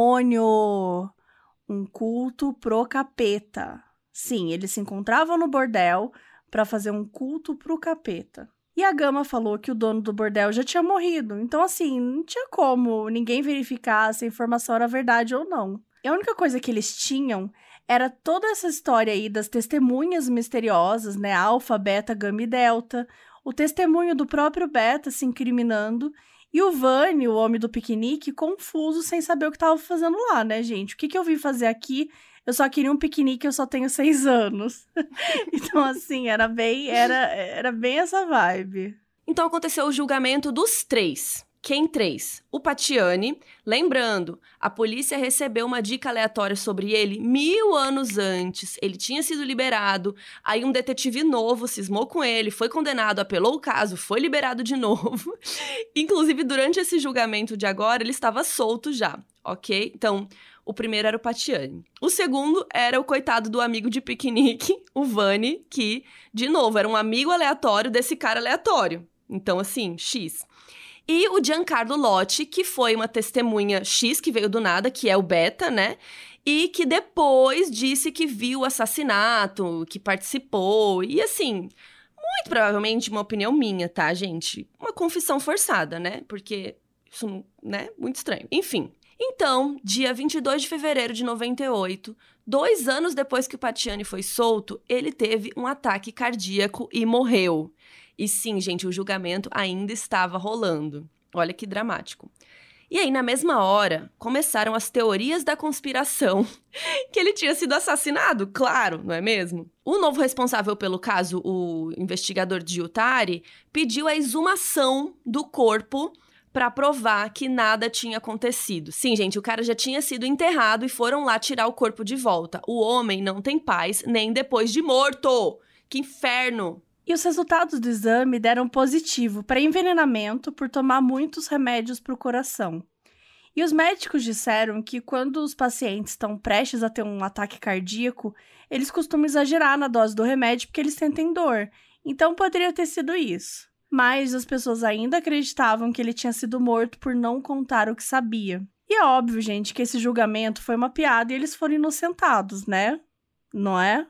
demônio. Um culto pro capeta. Sim, eles se encontravam no bordel para fazer um culto pro capeta. E a Gama falou que o dono do bordel já tinha morrido. Então, assim, não tinha como ninguém verificar se a informação era verdade ou não. E a única coisa que eles tinham era toda essa história aí das testemunhas misteriosas, né? Alfa, Beta, Gama e Delta. O testemunho do próprio Beta se incriminando. E o Vanni, o homem do piquenique, confuso, sem saber o que estava fazendo lá, né, gente? O que, que eu vim fazer aqui? Eu só queria um piquenique, eu só tenho seis anos. Então, assim, era bem, era, era bem essa vibe. Então, aconteceu o julgamento dos três. Quem três? O Pacciani. Lembrando, a polícia recebeu uma dica aleatória sobre ele mil anos antes. Ele tinha sido liberado. Aí um detetive novo cismou com ele, foi condenado, apelou o caso, foi liberado de novo. Inclusive, durante esse julgamento de agora, ele estava solto já, ok? Então, o primeiro era o Pacciani. O segundo era o coitado do amigo de piquenique, o Vanni, que, de novo, era um amigo aleatório desse cara aleatório. Então, assim, X. E o Giancarlo Lotti, que foi uma testemunha X que veio do nada, que é o Beta, né? E que depois disse que viu o assassinato, que participou. E assim, muito provavelmente uma opinião minha, tá, gente? Uma confissão forçada, né? Porque isso, né? Muito estranho. Enfim. Então, dia vinte e dois de fevereiro de noventa e oito, dois anos depois que o Pacciani foi solto, ele teve um ataque cardíaco e morreu. E sim, gente, o julgamento ainda estava rolando. Olha que dramático. E aí, na mesma hora, começaram as teorias da conspiração que ele tinha sido assassinado, claro, não é mesmo? O novo responsável pelo caso, o investigador Giuttari, pediu a exumação do corpo para provar que nada tinha acontecido. Sim, gente, o cara já tinha sido enterrado e foram lá tirar o corpo de volta. O homem não tem paz nem depois de morto. Que inferno! E os resultados do exame deram positivo para envenenamento por tomar muitos remédios para o coração. E os médicos disseram que quando os pacientes estão prestes a ter um ataque cardíaco, eles costumam exagerar na dose do remédio porque eles sentem dor. Então poderia ter sido isso. Mas as pessoas ainda acreditavam que ele tinha sido morto por não contar o que sabia. E é óbvio, gente, que esse julgamento foi uma piada e eles foram inocentados, né? Não é?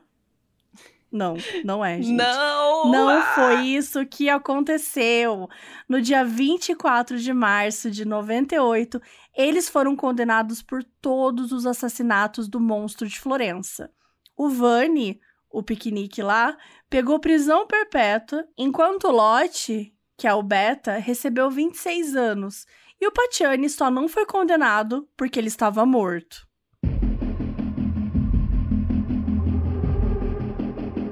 Não, não é, gente. Não! Não ah! foi isso que aconteceu. No dia vinte e quatro de março de noventa e oito, eles foram condenados por todos os assassinatos do monstro de Florença. O Vanni, o piquenique lá, pegou prisão perpétua, enquanto o Lotti, que é o Beta, recebeu vinte e seis anos. E o Pacciani só não foi condenado porque ele estava morto.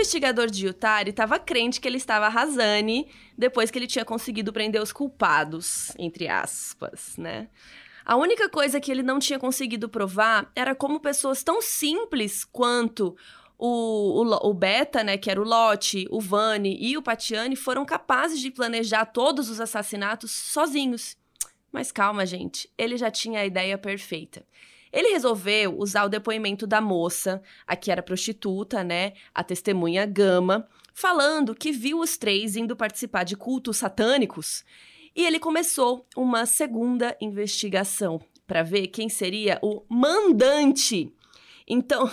investigador de Utah estava crente que ele estava arrasando depois que ele tinha conseguido prender os culpados, entre aspas, né? A única coisa que ele não tinha conseguido provar era como pessoas tão simples quanto o, o, o Beta, né, que era o Lottie, o Vani e o Patiani, foram capazes de planejar todos os assassinatos sozinhos. Mas calma, gente, ele já tinha a ideia perfeita. Ele resolveu usar o depoimento da moça, a que era prostituta, né, a testemunha Gama, falando que viu os três indo participar de cultos satânicos. E ele começou uma segunda investigação para ver quem seria o mandante. Então,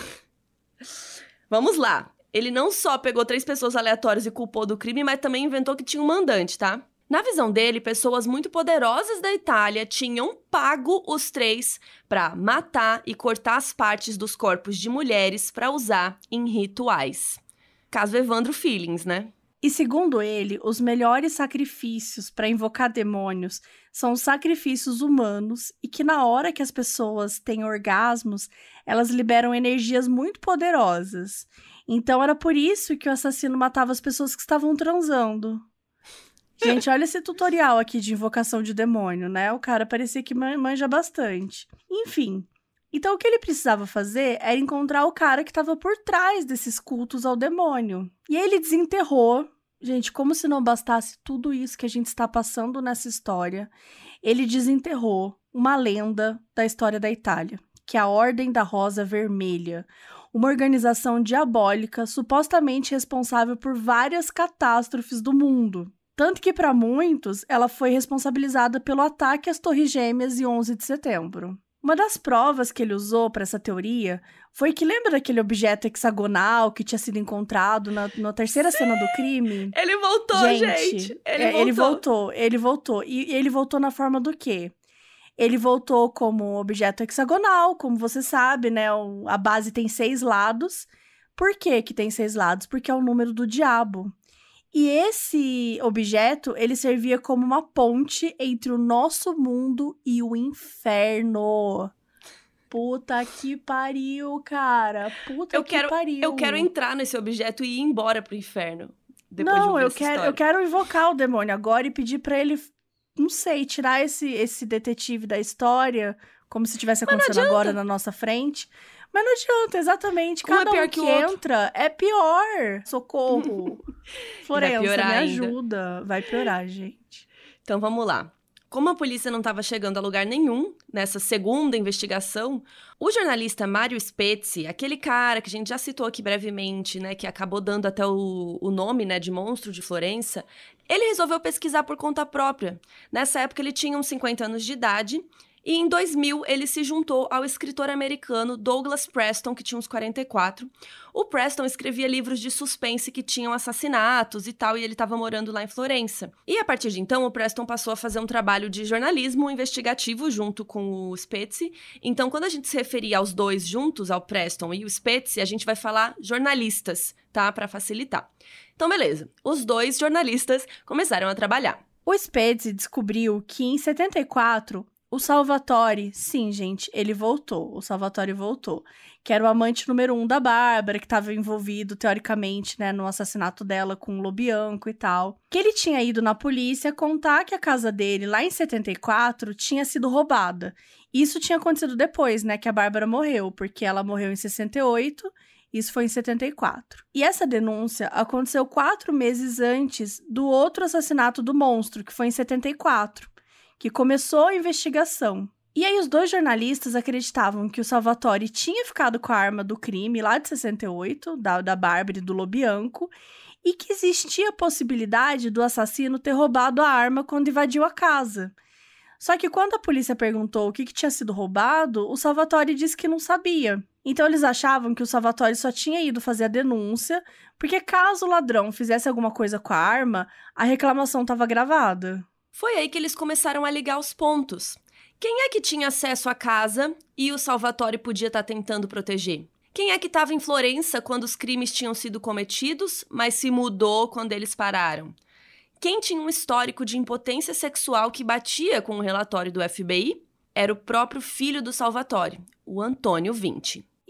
vamos lá. Ele não só pegou três pessoas aleatórias e culpou do crime, mas também inventou que tinha um mandante, tá? Na visão dele, pessoas muito poderosas da Itália tinham pago os três para matar e cortar as partes dos corpos de mulheres para usar em rituais. Caso Evandro Feelings, né? E segundo ele, os melhores sacrifícios para invocar demônios são os sacrifícios humanos e que na hora que as pessoas têm orgasmos, elas liberam energias muito poderosas. Então era por isso que o assassino matava as pessoas que estavam transando. Gente, olha esse tutorial aqui de invocação de demônio, né? O cara parecia que manja bastante. Enfim, então o que ele precisava fazer era encontrar o cara que estava por trás desses cultos ao demônio. E ele desenterrou, gente, como se não bastasse tudo isso que a gente está passando nessa história, ele desenterrou uma lenda da história da Itália, que é a Ordem da Rosa Vermelha, uma organização diabólica supostamente responsável por várias catástrofes do mundo. Tanto que, para muitos, ela foi responsabilizada pelo ataque às Torres Gêmeas em onze de setembro. Uma das provas que ele usou para essa teoria foi que lembra daquele objeto hexagonal que tinha sido encontrado na, na terceira Sim! cena do crime? Ele voltou, gente! gente. Ele, é, voltou. ele voltou, ele voltou. E ele voltou na forma do quê? Ele voltou como objeto hexagonal, como você sabe, né? O, a base tem seis lados. Por que que tem seis lados? Porque é o número do diabo. E esse objeto, ele servia como uma ponte entre o nosso mundo e o inferno. Puta que pariu, cara. Puta eu que quero, pariu. Eu quero entrar nesse objeto e ir embora pro inferno. Depois não, de ouvir eu essa quero, história. eu quero invocar o demônio agora e pedir pra ele, não sei, tirar esse, esse detetive da história, como se tivesse acontecendo agora na nossa frente. Mas não adianta, exatamente. Cada um, é pior um que, que entra é pior. Socorro. Florença, me ainda. ajuda. Vai piorar, gente. Então, vamos lá. Como a polícia não estava chegando a lugar nenhum nessa segunda investigação, o jornalista Mario Spezzi, aquele cara que a gente já citou aqui brevemente, né, que acabou dando até o, o nome, né, de Monstro de Florença, ele resolveu pesquisar por conta própria. Nessa época, ele tinha uns cinquenta anos de idade. E em dois mil, ele se juntou ao escritor americano Douglas Preston, que tinha uns quarenta e quatro. O Preston escrevia livros de suspense que tinham assassinatos e tal, e ele estava morando lá em Florença. E a partir de então, o Preston passou a fazer um trabalho de jornalismo investigativo junto com o Spezzi. Então, quando a gente se referir aos dois juntos, ao Preston e o Spezzi, a gente vai falar jornalistas, tá? Para facilitar. Então, beleza. Os dois jornalistas começaram a trabalhar. O Spezzi descobriu que em setenta e quatro... o Salvatore, sim, gente, ele voltou. O Salvatore voltou. Que era o amante número um da Bárbara, que estava envolvido, teoricamente, né, no assassinato dela com o Lobianco e tal. Que ele tinha ido na polícia contar que a casa dele, lá em setenta e quatro, tinha sido roubada. Isso tinha acontecido depois, né, que a Bárbara morreu, porque ela morreu em sessenta e oito, isso foi em setenta e quatro. E essa denúncia aconteceu quatro meses antes do outro assassinato do monstro, que foi em setenta e quatro. Que começou a investigação. E aí os dois jornalistas acreditavam que o Salvatore tinha ficado com a arma do crime lá de sessenta e oito, da, da Bárbara e do Lobianco, e que existia a possibilidade do assassino ter roubado a arma quando invadiu a casa. Só que quando a polícia perguntou o que, que tinha sido roubado, o Salvatore disse que não sabia. Então eles achavam que o Salvatore só tinha ido fazer a denúncia, porque caso o ladrão fizesse alguma coisa com a arma, a reclamação estava gravada. Foi aí que eles começaram a ligar os pontos. Quem é que tinha acesso à casa e o Salvatore podia estar tentando proteger? Quem é que estava em Florença quando os crimes tinham sido cometidos, mas se mudou quando eles pararam? Quem tinha um histórico de impotência sexual que batia com o relatório do F B I? Era o próprio filho do Salvatore, o Antônio Vinci.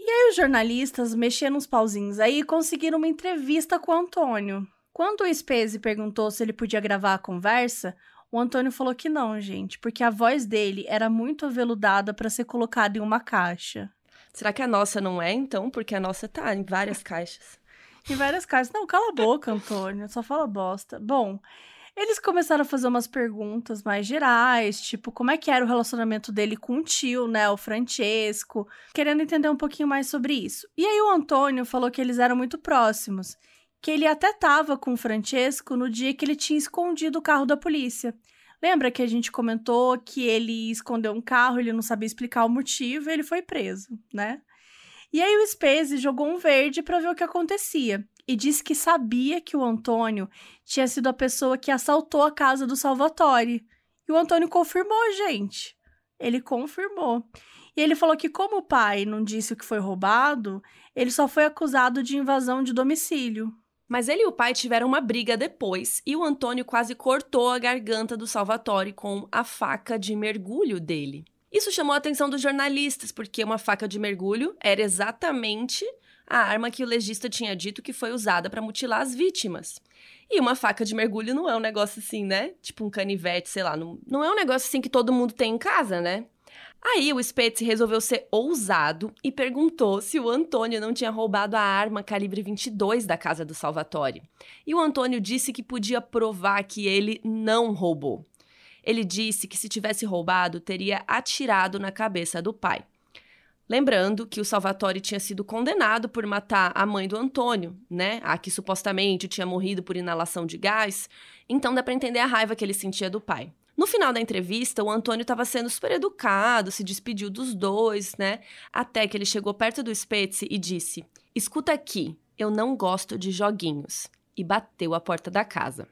E aí os jornalistas, mexendo uns pauzinhos aí, conseguiram uma entrevista com o Antônio. Quando o Spezzi perguntou se ele podia gravar a conversa, o Antônio falou que não, gente, porque a voz dele era muito aveludada para ser colocada em uma caixa. Será que a nossa não é, então? Porque a nossa tá em várias caixas. Em várias caixas. Não, cala a boca, Antônio, só fala bosta. Bom, eles começaram a fazer umas perguntas mais gerais, tipo, como é que era o relacionamento dele com o tio, né, o Francesco, querendo entender um pouquinho mais sobre isso. E aí o Antônio falou que eles eram muito próximos, que ele até tava com o Francesco no dia que ele tinha escondido o carro da polícia. Lembra que a gente comentou que ele escondeu um carro, ele não sabia explicar o motivo e ele foi preso, né? E aí o Spezzi jogou um verde para ver o que acontecia e disse que sabia que o Antônio tinha sido a pessoa que assaltou a casa do Salvatore. E o Antônio confirmou, gente. Ele confirmou. E ele falou que como o pai não disse o que foi roubado, ele só foi acusado de invasão de domicílio. Mas ele e o pai tiveram uma briga depois e o Antônio quase cortou a garganta do Salvatore com a faca de mergulho dele. Isso chamou a atenção dos jornalistas, porque uma faca de mergulho era exatamente a arma que o legista tinha dito que foi usada para mutilar as vítimas. E uma faca de mergulho não é um negócio assim, né? Tipo um canivete, sei lá. Não, não é um negócio assim que todo mundo tem em casa, né? Aí o Spezzi resolveu ser ousado e perguntou se o Antônio não tinha roubado a arma calibre vinte e dois da casa do Salvatore. E o Antônio disse que podia provar que ele não roubou. Ele disse que se tivesse roubado, teria atirado na cabeça do pai. Lembrando que o Salvatore tinha sido condenado por matar a mãe do Antônio, né? A que supostamente tinha morrido por inalação de gás. Então dá pra entender a raiva que ele sentia do pai. No final da entrevista, o Antônio estava sendo super educado, se despediu dos dois, né? Até que ele chegou perto do Spezzi e disse: "Escuta aqui, eu não gosto de joguinhos." E bateu a porta da casa.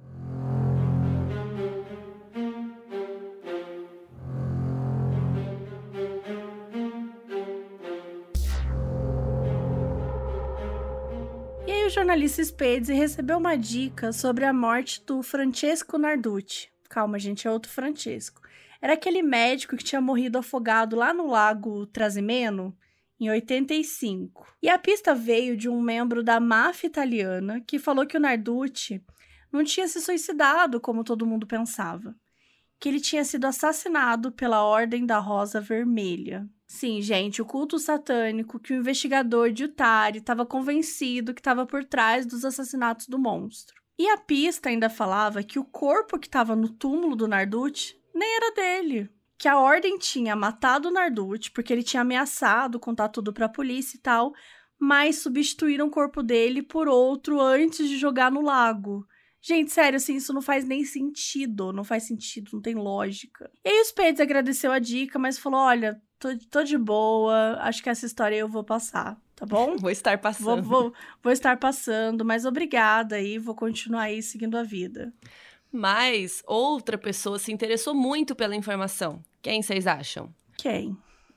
E aí o jornalista Spezzi recebeu uma dica sobre a morte do Francesco Narducci. Calma, gente, é outro Francesco. Era aquele médico que tinha morrido afogado lá no lago Trasimeno, em oitenta e cinco. E a pista veio de um membro da máfia italiana que falou que o Narducci não tinha se suicidado como todo mundo pensava. Que ele tinha sido assassinado pela Ordem da Rosa Vermelha. Sim, gente, o culto satânico que o investigador de Utari estava convencido que estava por trás dos assassinatos do monstro. E a pista ainda falava que o corpo que estava no túmulo do Narducci nem era dele. Que a ordem tinha matado o Narducci porque ele tinha ameaçado contar tudo para a polícia e tal, mas substituíram o corpo dele por outro antes de jogar no lago. Gente, sério, assim, isso não faz nem sentido. Não faz sentido, não tem lógica. E aí o Spezzi agradeceu a dica, mas falou, olha, tô, tô de boa, acho que essa história eu vou passar. Tá bom? Vou estar passando. Vou, vou, vou estar passando, mas obrigada aí, vou continuar aí seguindo a vida. Mas outra pessoa se interessou muito pela informação. Quem vocês acham? Quem?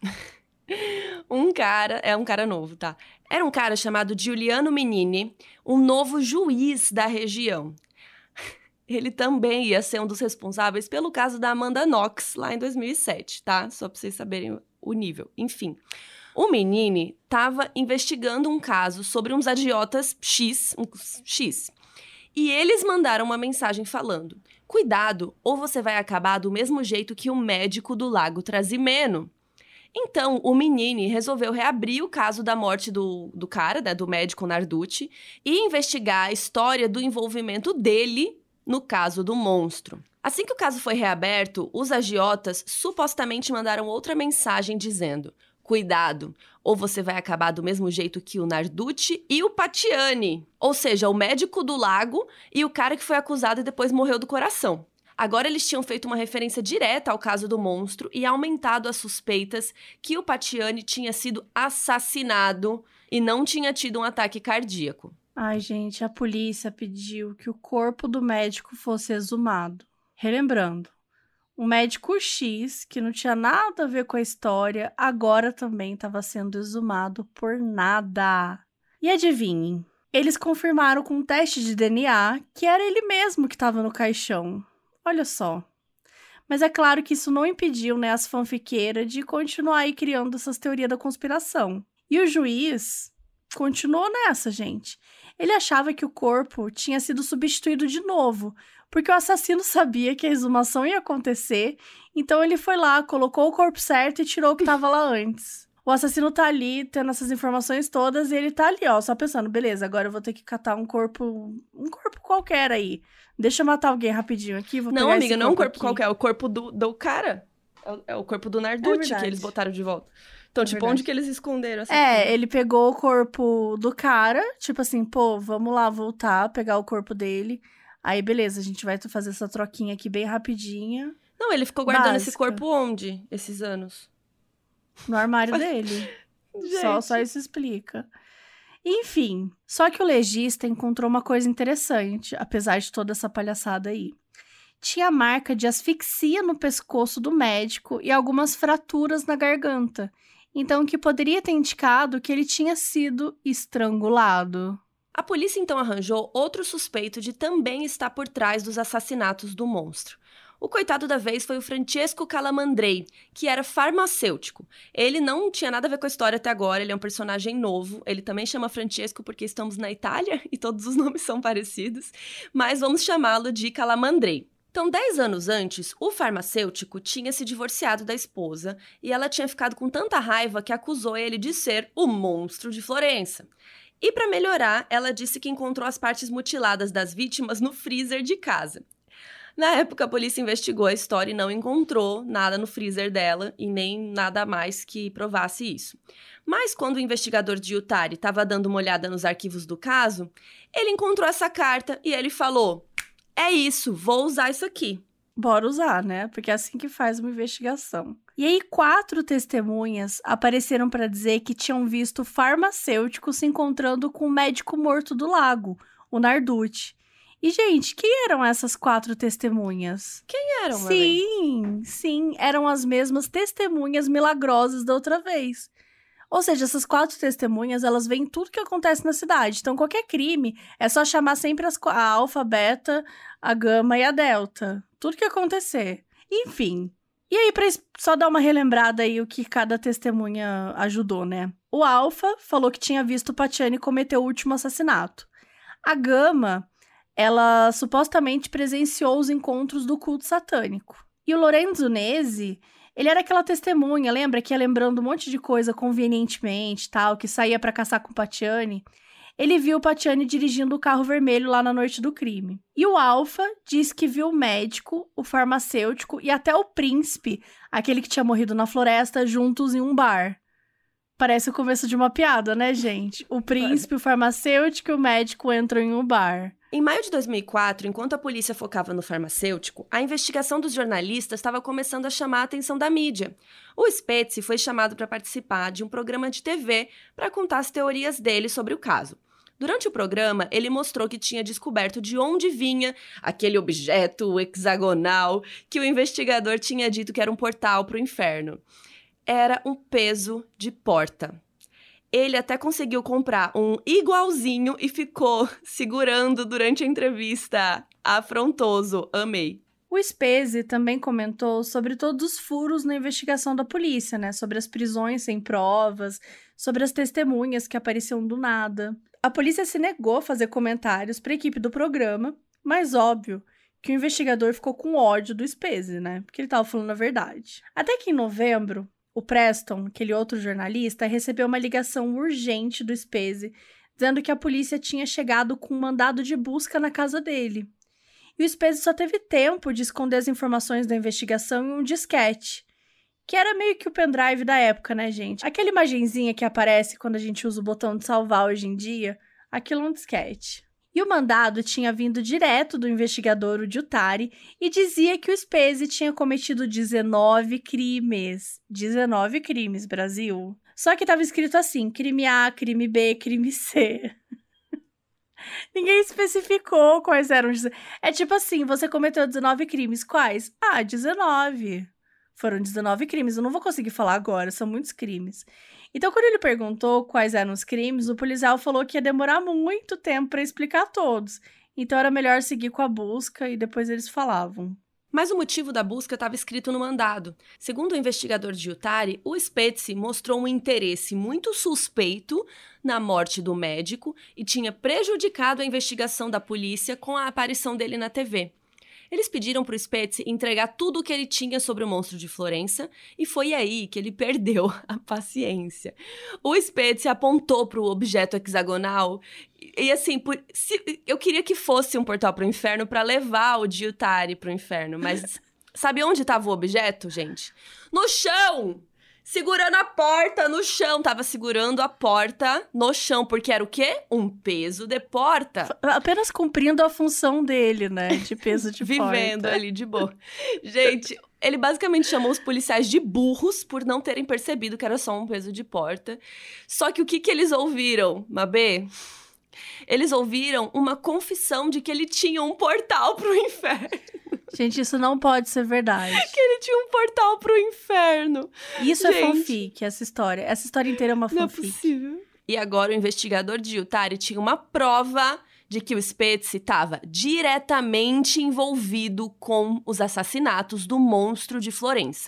Um cara, é um cara novo, tá? Era um cara chamado Giuliano Menini, um novo juiz da região. Ele também ia ser um dos responsáveis pelo caso da Amanda Knox, lá em dois mil e sete, tá? Só pra vocês saberem o nível. Enfim, o Menini estava investigando um caso sobre uns agiotas X, uns X. E eles mandaram uma mensagem falando: cuidado, ou você vai acabar do mesmo jeito que o médico do Lago Trasimeno. Então, o Menini resolveu reabrir o caso da morte do, do cara, né, do médico Narducci, e investigar a história do envolvimento dele no caso do monstro. Assim que o caso foi reaberto, os agiotas supostamente mandaram outra mensagem dizendo: cuidado, ou você vai acabar do mesmo jeito que o Narducci e o Pacciani. Ou seja, o médico do lago e o cara que foi acusado e depois morreu do coração. Agora eles tinham feito uma referência direta ao caso do monstro e aumentado as suspeitas que o Pacciani tinha sido assassinado e não tinha tido um ataque cardíaco. Ai, gente, a polícia pediu que o corpo do médico fosse exumado. Relembrando, o médico X, que não tinha nada a ver com a história, agora também estava sendo exumado por nada. E adivinhem, eles confirmaram com um teste de D N A que era ele mesmo que estava no caixão. Olha só. Mas é claro que isso não impediu, né, as fanfiqueiras de continuar aí criando essas teorias da conspiração. E o juiz continuou nessa, gente. Ele achava que o corpo tinha sido substituído de novo, porque o assassino sabia que a exumação ia acontecer, então ele foi lá, colocou o corpo certo e tirou o que estava lá antes. O assassino tá ali, tendo essas informações todas, e ele tá ali, ó, só pensando, beleza, agora eu vou ter que catar um corpo, um corpo qualquer aí. Deixa eu matar alguém rapidinho aqui, vou Não, pegar amiga, esse não é um corpo corpo aqui. qualquer, é o corpo do, do cara. É o, é o corpo do Narducci É que eles botaram de volta. Então, É tipo, verdade. onde que eles esconderam essa É, coisa? ele pegou o corpo do cara, tipo assim, pô, vamos lá voltar, pegar o corpo dele. Aí, beleza, a gente vai fazer essa troquinha aqui bem rapidinha. Não, ele ficou guardando esse Básica. corpo onde, esses anos? No armário Faz- dele. Gente. Só, só isso explica. Enfim, só que o legista encontrou uma coisa interessante, apesar de toda essa palhaçada aí. Tinha marca de asfixia no pescoço do médico e algumas fraturas na garganta. Então, o que poderia ter indicado que ele tinha sido estrangulado. A polícia então arranjou outro suspeito de também estar por trás dos assassinatos do monstro. O coitado da vez foi o Francesco Calamandrei, que era farmacêutico. Ele não tinha nada a ver com a história até agora, ele é um personagem novo. Ele também chama Francesco porque estamos na Itália e todos os nomes são parecidos, mas vamos chamá-lo de Calamandrei. Então, dez anos antes, o farmacêutico tinha se divorciado da esposa e ela tinha ficado com tanta raiva que acusou ele de ser o monstro de Florença. E para melhorar, ela disse que encontrou as partes mutiladas das vítimas no freezer de casa. Na época, a polícia investigou a história e não encontrou nada no freezer dela e nem nada mais que provasse isso. Mas quando o investigador de Utari estava dando uma olhada nos arquivos do caso, ele encontrou essa carta e ele falou: é isso, vou usar isso aqui. Bora usar, né? Porque é assim que faz uma investigação. E aí, quatro testemunhas apareceram para dizer que tinham visto o farmacêutico se encontrando com o médico morto do lago, o Narducci. E, gente, quem eram essas quatro testemunhas? Quem eram, Marlene? Sim, sim, eram as mesmas testemunhas milagrosas da outra vez. Ou seja, essas quatro testemunhas, elas veem tudo que acontece na cidade. Então, qualquer crime, é só chamar sempre as, a alfa, a beta, a gama e a delta. Tudo que acontecer. Enfim. E aí, pra só dar uma relembrada aí o que cada testemunha ajudou, né? O alfa falou que tinha visto o Pacciani cometer o último assassinato. A gama, ela supostamente presenciou os encontros do culto satânico. E o Lorenzo Nesi, ele era aquela testemunha, lembra? Que ia lembrando um monte de coisa convenientemente, tal, que saía pra caçar com o Pacciani. Ele viu o Pacciani dirigindo o carro vermelho lá na noite do crime. E o Alfa diz que viu o médico, o farmacêutico e até o príncipe, aquele que tinha morrido na floresta, juntos em um bar. Parece o começo de uma piada, né, gente? O príncipe, o farmacêutico e o médico entram em um bar. Em maio de dois mil e quatro, enquanto a polícia focava no farmacêutico, a investigação dos jornalistas estava começando a chamar a atenção da mídia. O Spezzi foi chamado para participar de um programa de T V para contar as teorias dele sobre o caso. Durante o programa, ele mostrou que tinha descoberto de onde vinha aquele objeto hexagonal que o investigador tinha dito que era um portal para o inferno. Era um peso de porta. Ele até conseguiu comprar um igualzinho e ficou segurando durante a entrevista. Afrontoso, amei. O Spezzi também comentou sobre todos os furos na investigação da polícia, né? Sobre as prisões sem provas, sobre as testemunhas que apareciam do nada. A polícia se negou a fazer comentários para a equipe do programa, mas óbvio que o investigador ficou com ódio do Spezzi, né? Porque ele estava falando a verdade. Até que em novembro, o Preston, aquele outro jornalista, recebeu uma ligação urgente do Spezzi, dizendo que a polícia tinha chegado com um mandado de busca na casa dele. E o Spezzi só teve tempo de esconder as informações da investigação em um disquete, que era meio que o pendrive da época, né, gente? Aquela imagenzinha que aparece quando a gente usa o botão de salvar hoje em dia, aquilo é um disquete. E o mandado tinha vindo direto do investigador, o Giuttari, e dizia que o Spezzi tinha cometido dezenove crimes. dezenove crimes, Brasil. Só que estava escrito assim, crime A, crime B, crime C. Ninguém especificou quais eram os... É tipo assim, você cometeu dezenove crimes. Quais? Ah, dezenove. Foram dezenove crimes. Eu não vou conseguir falar agora, são muitos crimes. Então, quando ele perguntou quais eram os crimes, o policial falou que ia demorar muito tempo para explicar todos. Então, era melhor seguir com a busca e depois eles falavam. Mas o motivo da busca estava escrito no mandado. Segundo o investigador de Utari, o Spetzi mostrou um interesse muito suspeito na morte do médico e tinha prejudicado a investigação da polícia com a aparição dele na T V. Eles pediram para o Spetzi entregar tudo o que ele tinha sobre o monstro de Florença e foi aí que ele perdeu a paciência. O Spetzi apontou para o objeto hexagonal e, e assim, por, se, eu queria que fosse um portal para o inferno para levar o de Utari para o inferno, mas sabe onde estava o objeto, gente? No chão! Segurando a porta no chão. Tava segurando a porta no chão, porque era o quê? Um peso de porta. Apenas cumprindo a função dele, né? De peso de Vivendo porta. Vivendo ali de boa. Gente, ele basicamente chamou os policiais de burros por não terem percebido que era só um peso de porta. Só que o que, que eles ouviram, Mabê? Eles ouviram uma confissão de que ele tinha um portal pro inferno. Gente, isso não pode ser verdade. Que ele tinha um portal pro inferno. Isso Gente, é fanfic, essa história. Essa história inteira é uma fanfic. Não é possível. E agora o investigador de Utari tinha uma prova de que o Spetzi estava diretamente envolvido com os assassinatos do monstro de Florença.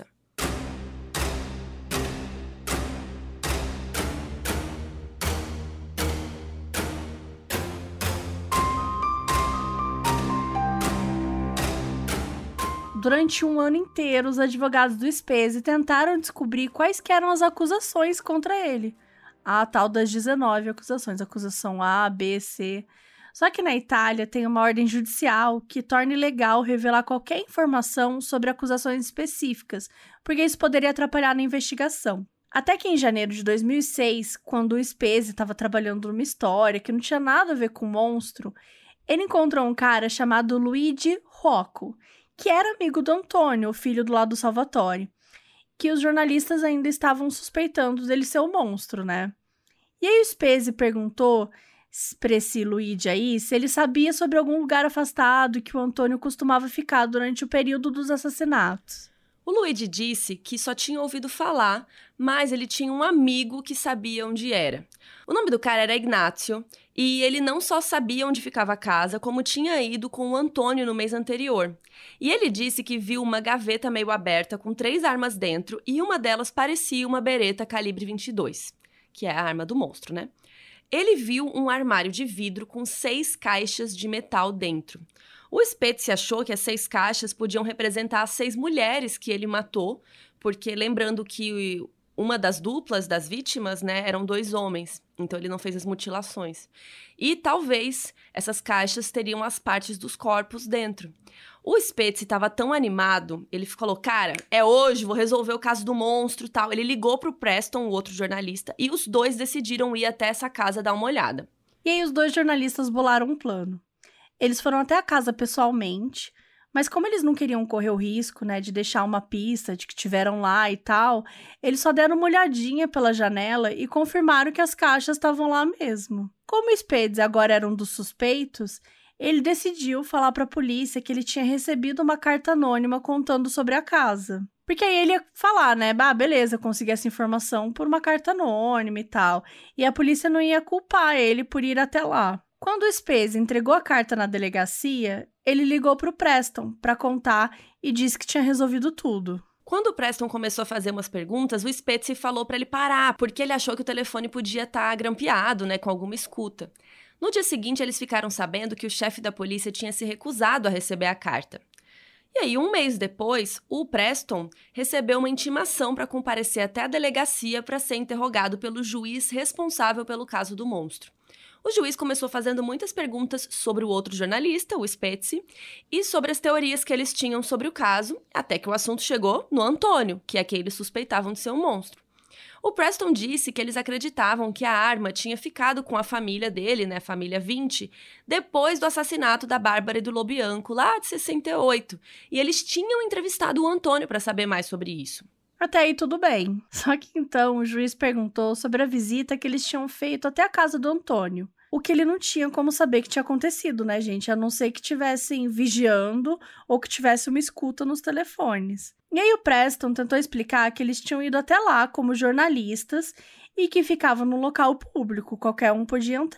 Durante um ano inteiro, os advogados do Spetzi tentaram descobrir quais que eram as acusações contra ele. A tal das dezenove acusações, acusação A, B, C. Só que na Itália tem uma ordem judicial que torna ilegal revelar qualquer informação sobre acusações específicas, porque isso poderia atrapalhar na investigação. Até que em janeiro de dois mil e seis, quando o Spetzi estava trabalhando numa história que não tinha nada a ver com o monstro, ele encontrou um cara chamado Luigi Rocco, que era amigo do Antônio, o filho do lado do Salvatore, que os jornalistas ainda estavam suspeitando dele ser o monstro, né? E aí o Spetzi perguntou para esse Luigi aí se ele sabia sobre algum lugar afastado que o Antônio costumava ficar durante o período dos assassinatos. O Luigi disse que só tinha ouvido falar, mas ele tinha um amigo que sabia onde era. O nome do cara era Ignazio, e ele não só sabia onde ficava a casa, como tinha ido com o Antônio no mês anterior. E ele disse que viu uma gaveta meio aberta com três armas dentro, e uma delas parecia uma beretta calibre vinte e dois, que é a arma do monstro, né? Ele viu um armário de vidro com seis caixas de metal dentro. O Spetzi achou que as seis caixas podiam representar as seis mulheres que ele matou, porque lembrando que uma das duplas das vítimas, né, eram dois homens, então ele não fez as mutilações. E talvez essas caixas teriam as partes dos corpos dentro. O Spetzi estava tão animado, ele falou, cara, é hoje, vou resolver o caso do monstro e tal. Ele ligou pro Preston, o outro jornalista, e os dois decidiram ir até essa casa dar uma olhada. E aí os dois jornalistas bolaram um plano. Eles foram até a casa pessoalmente, mas como eles não queriam correr o risco, né, de deixar uma pista de que tiveram lá e tal, eles só deram uma olhadinha pela janela e confirmaram que as caixas estavam lá mesmo. Como o Spetzi agora era um dos suspeitos, ele decidiu falar para a polícia que ele tinha recebido uma carta anônima contando sobre a casa. Porque aí ele ia falar, né, ah, beleza, consegui essa informação por uma carta anônima e tal, e a polícia não ia culpar ele por ir até lá. Quando o Spetzi entregou a carta na delegacia, ele ligou para o Preston para contar e disse que tinha resolvido tudo. Quando o Preston começou a fazer umas perguntas, o Spetzi falou para ele parar, porque ele achou que o telefone podia estar grampeado, né, com alguma escuta. No dia seguinte, eles ficaram sabendo que o chefe da polícia tinha se recusado a receber a carta. E aí, um mês depois, o Preston recebeu uma intimação para comparecer até a delegacia para ser interrogado pelo juiz responsável pelo caso do monstro. O juiz começou fazendo muitas perguntas sobre o outro jornalista, o Spetzi, e sobre as teorias que eles tinham sobre o caso, até que o assunto chegou no Antônio, que é quem eles suspeitavam de ser um monstro. O Preston disse que eles acreditavam que a arma tinha ficado com a família dele, né, a família vinte, depois do assassinato da Bárbara e do Lobianco, lá de sessenta e oito, e eles tinham entrevistado o Antônio para saber mais sobre isso. Até aí tudo bem. Só que então o juiz perguntou sobre a visita que eles tinham feito até a casa do Antônio. O que ele não tinha como saber que tinha acontecido, né, gente? A não ser que tivessem vigiando ou que tivesse uma escuta nos telefones. E aí o Preston tentou explicar que eles tinham ido até lá como jornalistas e que ficavam no local público, qualquer um podia entrar.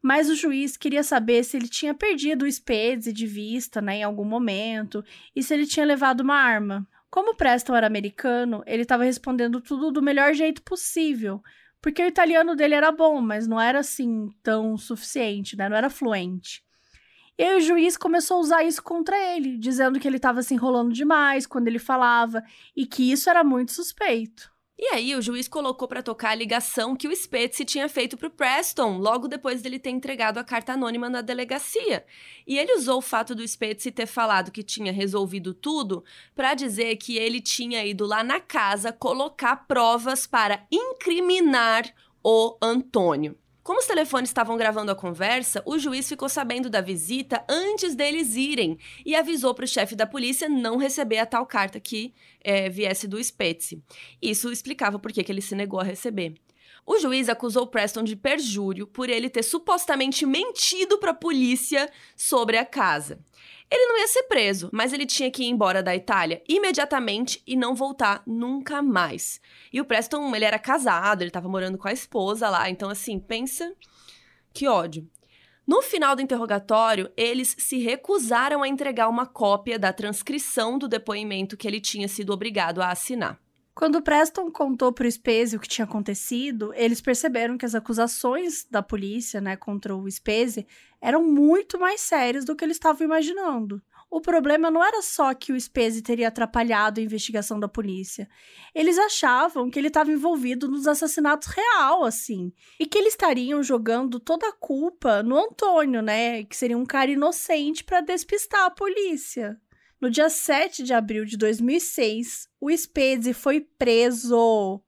Mas o juiz queria saber se ele tinha perdido o Spezzi de vista, né, em algum momento, e se ele tinha levado uma arma. Como o Preston era americano, ele estava respondendo tudo do melhor jeito possível, porque o italiano dele era bom, mas não era assim tão suficiente, né, não era fluente. E aí o juiz começou a usar isso contra ele, dizendo que ele estava se enrolando demais quando ele falava e que isso era muito suspeito. E aí o juiz colocou para tocar a ligação que o Spezzi tinha feito para o Preston logo depois dele ter entregado a carta anônima na delegacia. E ele usou o fato do Spezzi ter falado que tinha resolvido tudo para dizer que ele tinha ido lá na casa colocar provas para incriminar o Antônio. Como os telefones estavam gravando a conversa, o juiz ficou sabendo da visita antes deles irem e avisou para o chefe da polícia não receber a tal carta que é, viesse do Spezzi. Isso explicava por que, que ele se negou a receber. O juiz acusou Preston de perjúrio por ele ter supostamente mentido para a polícia sobre a casa. Ele não ia ser preso, mas ele tinha que ir embora da Itália imediatamente e não voltar nunca mais. E o Preston, ele era casado, ele estava morando com a esposa lá, então assim, pensa que ódio. No final do interrogatório, eles se recusaram a entregar uma cópia da transcrição do depoimento que ele tinha sido obrigado a assinar. Quando o Preston contou para o Spezzi o que tinha acontecido, eles perceberam que as acusações da polícia, né, contra o Spezzi eram muito mais sérias do que eles estavam imaginando. O problema não era só que o Spezzi teria atrapalhado a investigação da polícia. Eles achavam que ele estava envolvido nos assassinatos real, assim, e que eles estariam jogando toda a culpa no Antônio, né, que seria um cara inocente para despistar a polícia. No dia sete de abril de dois mil e seis, o Spezzi foi preso.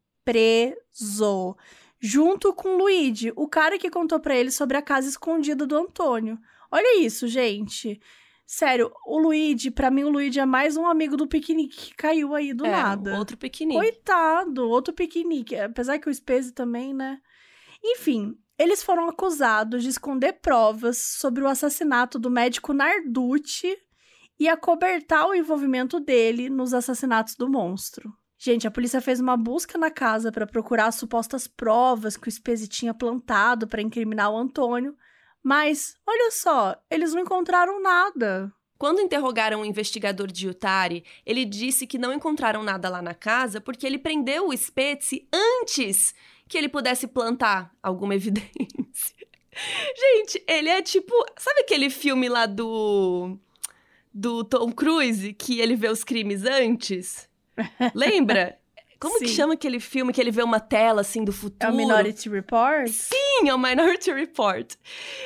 Preso. Junto com o Luigi, o cara que contou pra ele sobre a casa escondida do Antônio. Olha isso, gente. Sério, o Luigi, pra mim o Luigi é mais um amigo do piquenique que caiu aí do é, nada. Outro piquenique. Coitado, outro piquenique. Apesar que o Spezzi também, né? Enfim, eles foram acusados de esconder provas sobre o assassinato do médico Narducci e acobertar o envolvimento dele nos assassinatos do monstro. Gente, a polícia fez uma busca na casa para procurar as supostas provas que o Spezzi tinha plantado para incriminar o Antônio, mas, olha só, eles não encontraram nada. Quando interrogaram o investigador de Utari, ele disse que não encontraram nada lá na casa porque ele prendeu o Spezzi antes que ele pudesse plantar alguma evidência. Gente, ele é tipo... Sabe aquele filme lá do... do Tom Cruise, que ele vê os crimes antes? Lembra? Como Sim. que chama aquele filme que ele vê uma tela, assim, do futuro? É o Minority Report? Sim, é o Minority Report.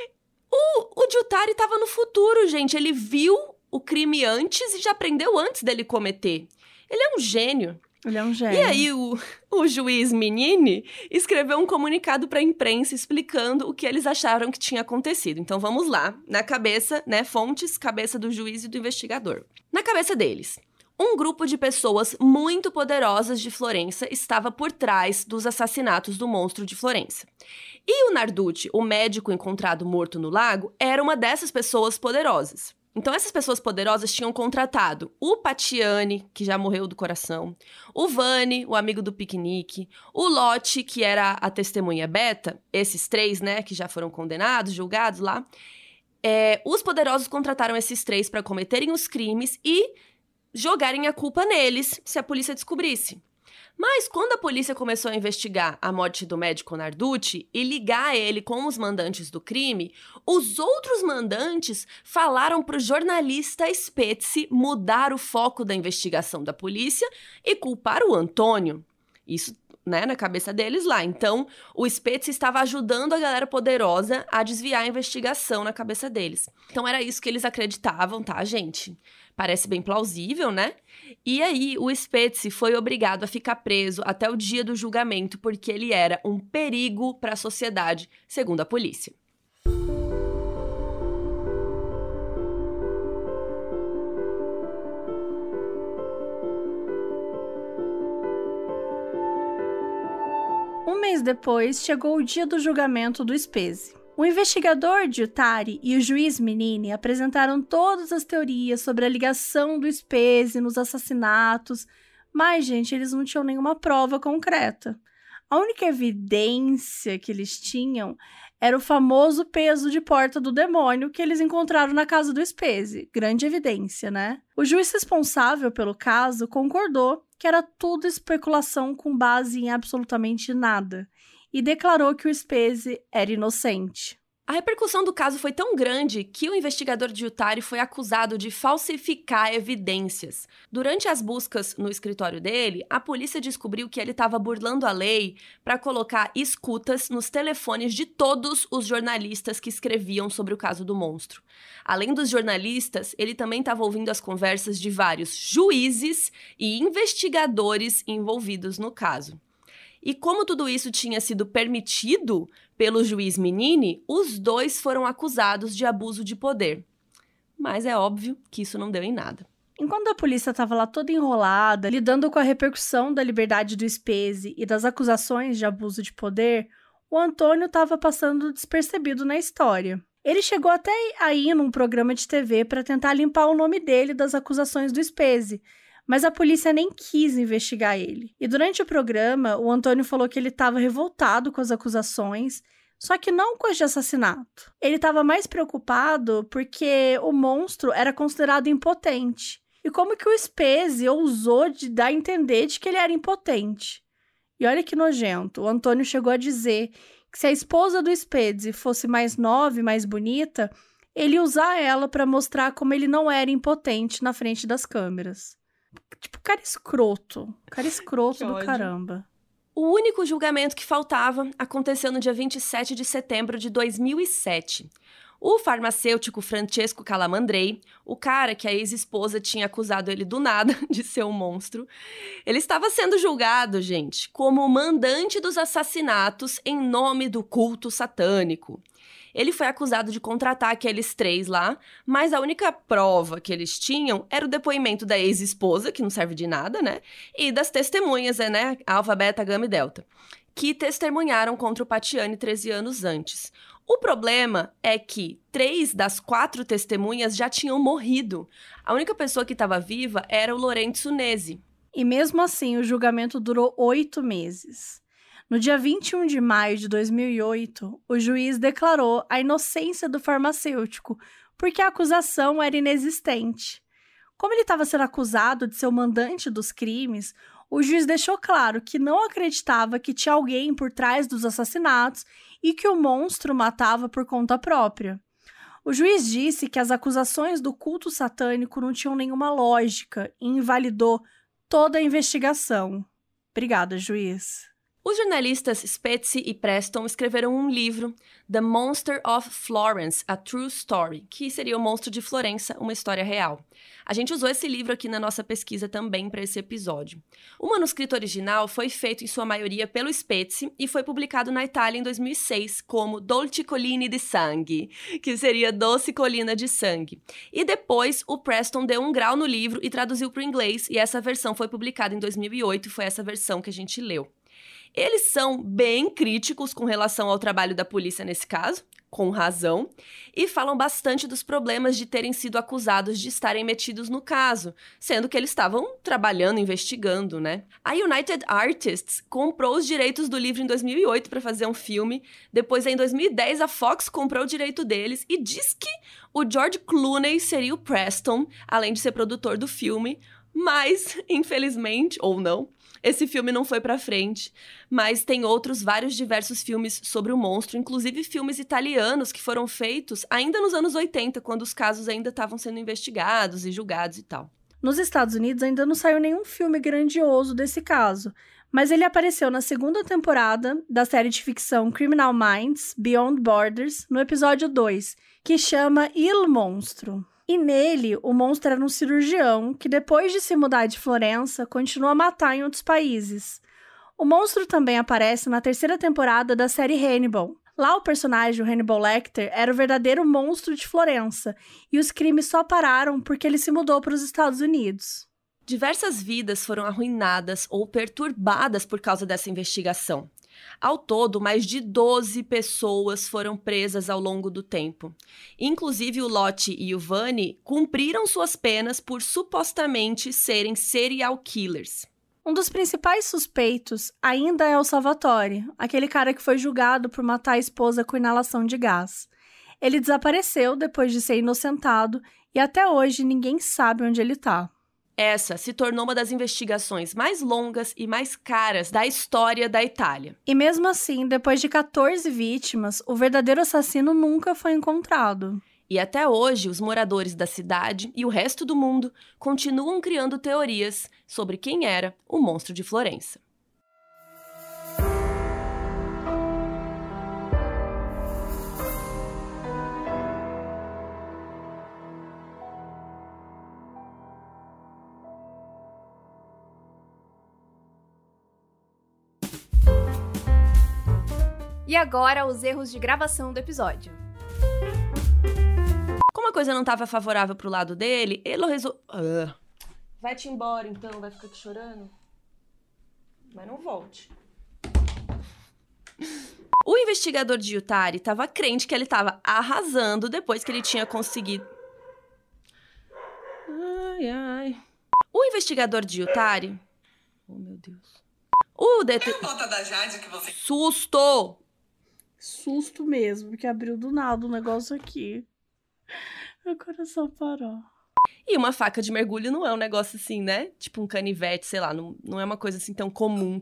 O, o Jutari tava no futuro, gente. Ele viu o crime antes e já aprendeu antes dele cometer. Ele é um gênio. Ele é um gênio. E aí, o, o juiz Menini escreveu um comunicado para a imprensa explicando o que eles acharam que tinha acontecido. Então, vamos lá. Na cabeça, né, fontes, cabeça do juiz e do investigador. Na cabeça deles, um grupo de pessoas muito poderosas de Florença estava por trás dos assassinatos do monstro de Florença. E o Narducci, o médico encontrado morto no lago, era uma dessas pessoas poderosas. Então, essas pessoas poderosas tinham contratado o Patiani, que já morreu do coração, o Vani, o amigo do piquenique, o Lotti, que era a testemunha beta, esses três, né, que já foram condenados, julgados lá. É, os poderosos contrataram esses três para cometerem os crimes e jogarem a culpa neles se a polícia descobrisse. Mas quando a polícia começou a investigar a morte do médico Narducci e ligar ele com os mandantes do crime, os outros mandantes falaram para o jornalista Spezzi mudar o foco da investigação da polícia e culpar o Antônio. Isso, né, na cabeça deles lá. Então, o Spezzi estava ajudando a galera poderosa a desviar a investigação na cabeça deles. Então, era isso que eles acreditavam, tá, gente? Parece bem plausível, né? E aí, o Spezzi foi obrigado a ficar preso até o dia do julgamento porque ele era um perigo para a sociedade, segundo a polícia. Um mês depois, chegou o dia do julgamento do Spezzi. O investigador de Utari e o juiz Menini apresentaram todas as teorias sobre a ligação do Spezzi nos assassinatos, mas, gente, eles não tinham nenhuma prova concreta. A única evidência que eles tinham era o famoso peso de porta do demônio que eles encontraram na casa do Spezzi. Grande evidência, né? O juiz responsável pelo caso concordou que era tudo especulação com base em absolutamente nada e declarou que o Spezzi era inocente. A repercussão do caso foi tão grande que o investigador de Utari foi acusado de falsificar evidências. Durante as buscas no escritório dele, a polícia descobriu que ele estava burlando a lei para colocar escutas nos telefones de todos os jornalistas que escreviam sobre o caso do monstro. Além dos jornalistas, ele também estava ouvindo as conversas de vários juízes e investigadores envolvidos no caso. E como tudo isso tinha sido permitido pelo juiz Minini, os dois foram acusados de abuso de poder. Mas é óbvio que isso não deu em nada. Enquanto a polícia estava lá toda enrolada, lidando com a repercussão da liberdade do Spezzi e das acusações de abuso de poder, o Antônio estava passando despercebido na história. Ele chegou até aí num programa de T V para tentar limpar o nome dele das acusações do Spezzi, mas a polícia nem quis investigar ele. E durante o programa, o Antônio falou que ele estava revoltado com as acusações, só que não com as de assassinato. Ele estava mais preocupado porque o monstro era considerado impotente. E como que o Spezzi ousou de dar a entender de que ele era impotente? E olha que nojento, o Antônio chegou a dizer que se a esposa do Spezzi fosse mais nova e mais bonita, ele ia usar ela para mostrar como ele não era impotente na frente das câmeras. Tipo, cara escroto. Cara escroto do caramba. O único julgamento que faltava aconteceu no dia vinte e sete de setembro de dois mil e sete. O farmacêutico Francesco Calamandrei, o cara que a ex-esposa tinha acusado ele do nada de ser um monstro, ele estava sendo julgado, gente, como mandante dos assassinatos em nome do culto satânico. Ele foi acusado de contratar aqueles três lá, mas a única prova que eles tinham era o depoimento da ex-esposa, que não serve de nada, né? E das testemunhas, né? Alfa, Beta, Gama e Delta, que testemunharam contra o Patiani treze anos antes. O problema é que três das quatro testemunhas já tinham morrido. A única pessoa que estava viva era o Lorenzo Nesi. E mesmo assim, o julgamento durou oito meses. No dia vinte e um de maio de dois mil e oito, o juiz declarou a inocência do farmacêutico, porque a acusação era inexistente. Como ele estava sendo acusado de ser o mandante dos crimes, o juiz deixou claro que não acreditava que tinha alguém por trás dos assassinatos e que o monstro matava por conta própria. O juiz disse que as acusações do culto satânico não tinham nenhuma lógica e invalidou toda a investigação. Obrigada, juiz. Os jornalistas Spezzi e Preston escreveram um livro, The Monster of Florence, A True Story, que seria o Monstro de Florença, uma história real. A gente usou esse livro aqui na nossa pesquisa também para esse episódio. O manuscrito original foi feito em sua maioria pelo Spezzi e foi publicado na Itália em dois mil e seis como Dolci Colline di Sangue, que seria Doce Colina de Sangue. E depois o Preston deu um grau no livro e traduziu para o inglês, e essa versão foi publicada em dois mil e oito e foi essa versão que a gente leu. Eles são bem críticos com relação ao trabalho da polícia nesse caso, com razão, e falam bastante dos problemas de terem sido acusados de estarem metidos no caso, sendo que eles estavam trabalhando, investigando, né? A United Artists comprou os direitos do livro em dois mil e oito para fazer um filme, depois em dois mil e dez a Fox comprou o direito deles e diz que o George Clooney seria o Preston, além de ser produtor do filme, mas, infelizmente, ou não, esse filme não foi pra frente, mas tem outros vários diversos filmes sobre o monstro, inclusive filmes italianos que foram feitos ainda nos anos oitenta, quando os casos ainda estavam sendo investigados e julgados e tal. Nos Estados Unidos ainda não saiu nenhum filme grandioso desse caso, mas ele apareceu na segunda temporada da série de ficção Criminal Minds, Beyond Borders, no episódio dois, que chama Il Monstro. E nele, o monstro era um cirurgião que, depois de se mudar de Florença, continua a matar em outros países. O monstro também aparece na terceira temporada da série Hannibal. Lá, o personagem, o Hannibal Lecter, era o verdadeiro monstro de Florença, e os crimes só pararam porque ele se mudou para os Estados Unidos. Diversas vidas foram arruinadas ou perturbadas por causa dessa investigação. Ao todo, mais de doze pessoas foram presas ao longo do tempo. Inclusive, o Lotti e o Vanni cumpriram suas penas por supostamente serem serial killers. Um dos principais suspeitos ainda é o Salvatore, aquele cara que foi julgado por matar a esposa com inalação de gás. Ele desapareceu depois de ser inocentado e até hoje ninguém sabe onde ele tá. Essa se tornou uma das investigações mais longas e mais caras da história da Itália. E mesmo assim, depois de quatorze vítimas, o verdadeiro assassino nunca foi encontrado. E até hoje, os moradores da cidade e o resto do mundo continuam criando teorias sobre quem era o monstro de Florença. E agora, os erros de gravação do episódio. Como a coisa não estava favorável pro lado dele, ele resolveu... Uh. Vai-te embora, então. Vai ficar aqui chorando? Mas não volte. O investigador de Yutari estava crente que ele estava arrasando depois que ele tinha conseguido... Ai, ai... O investigador de Yutari... Oh, meu Deus... O det... É a nota da Jade que você... Susto! Susto mesmo, porque abriu do nada o negócio aqui. Meu coração parou. E uma faca de mergulho não é um negócio assim, né? Tipo um canivete, sei lá, não, não é uma coisa assim tão comum.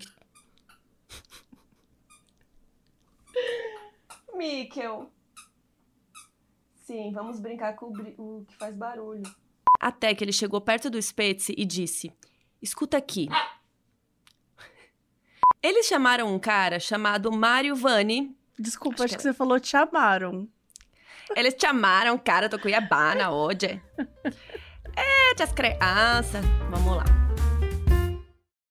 Mikkel. Sim, vamos brincar com o, br... o que faz barulho. Até que ele chegou perto do Spezzi e disse: escuta aqui. Eles chamaram um cara chamado Mario Vanni. Desculpa, acho, acho que, que você falou te chamaram. Eles chamaram o cara do Cuiabá na hoje. É, as crianças. Vamos lá.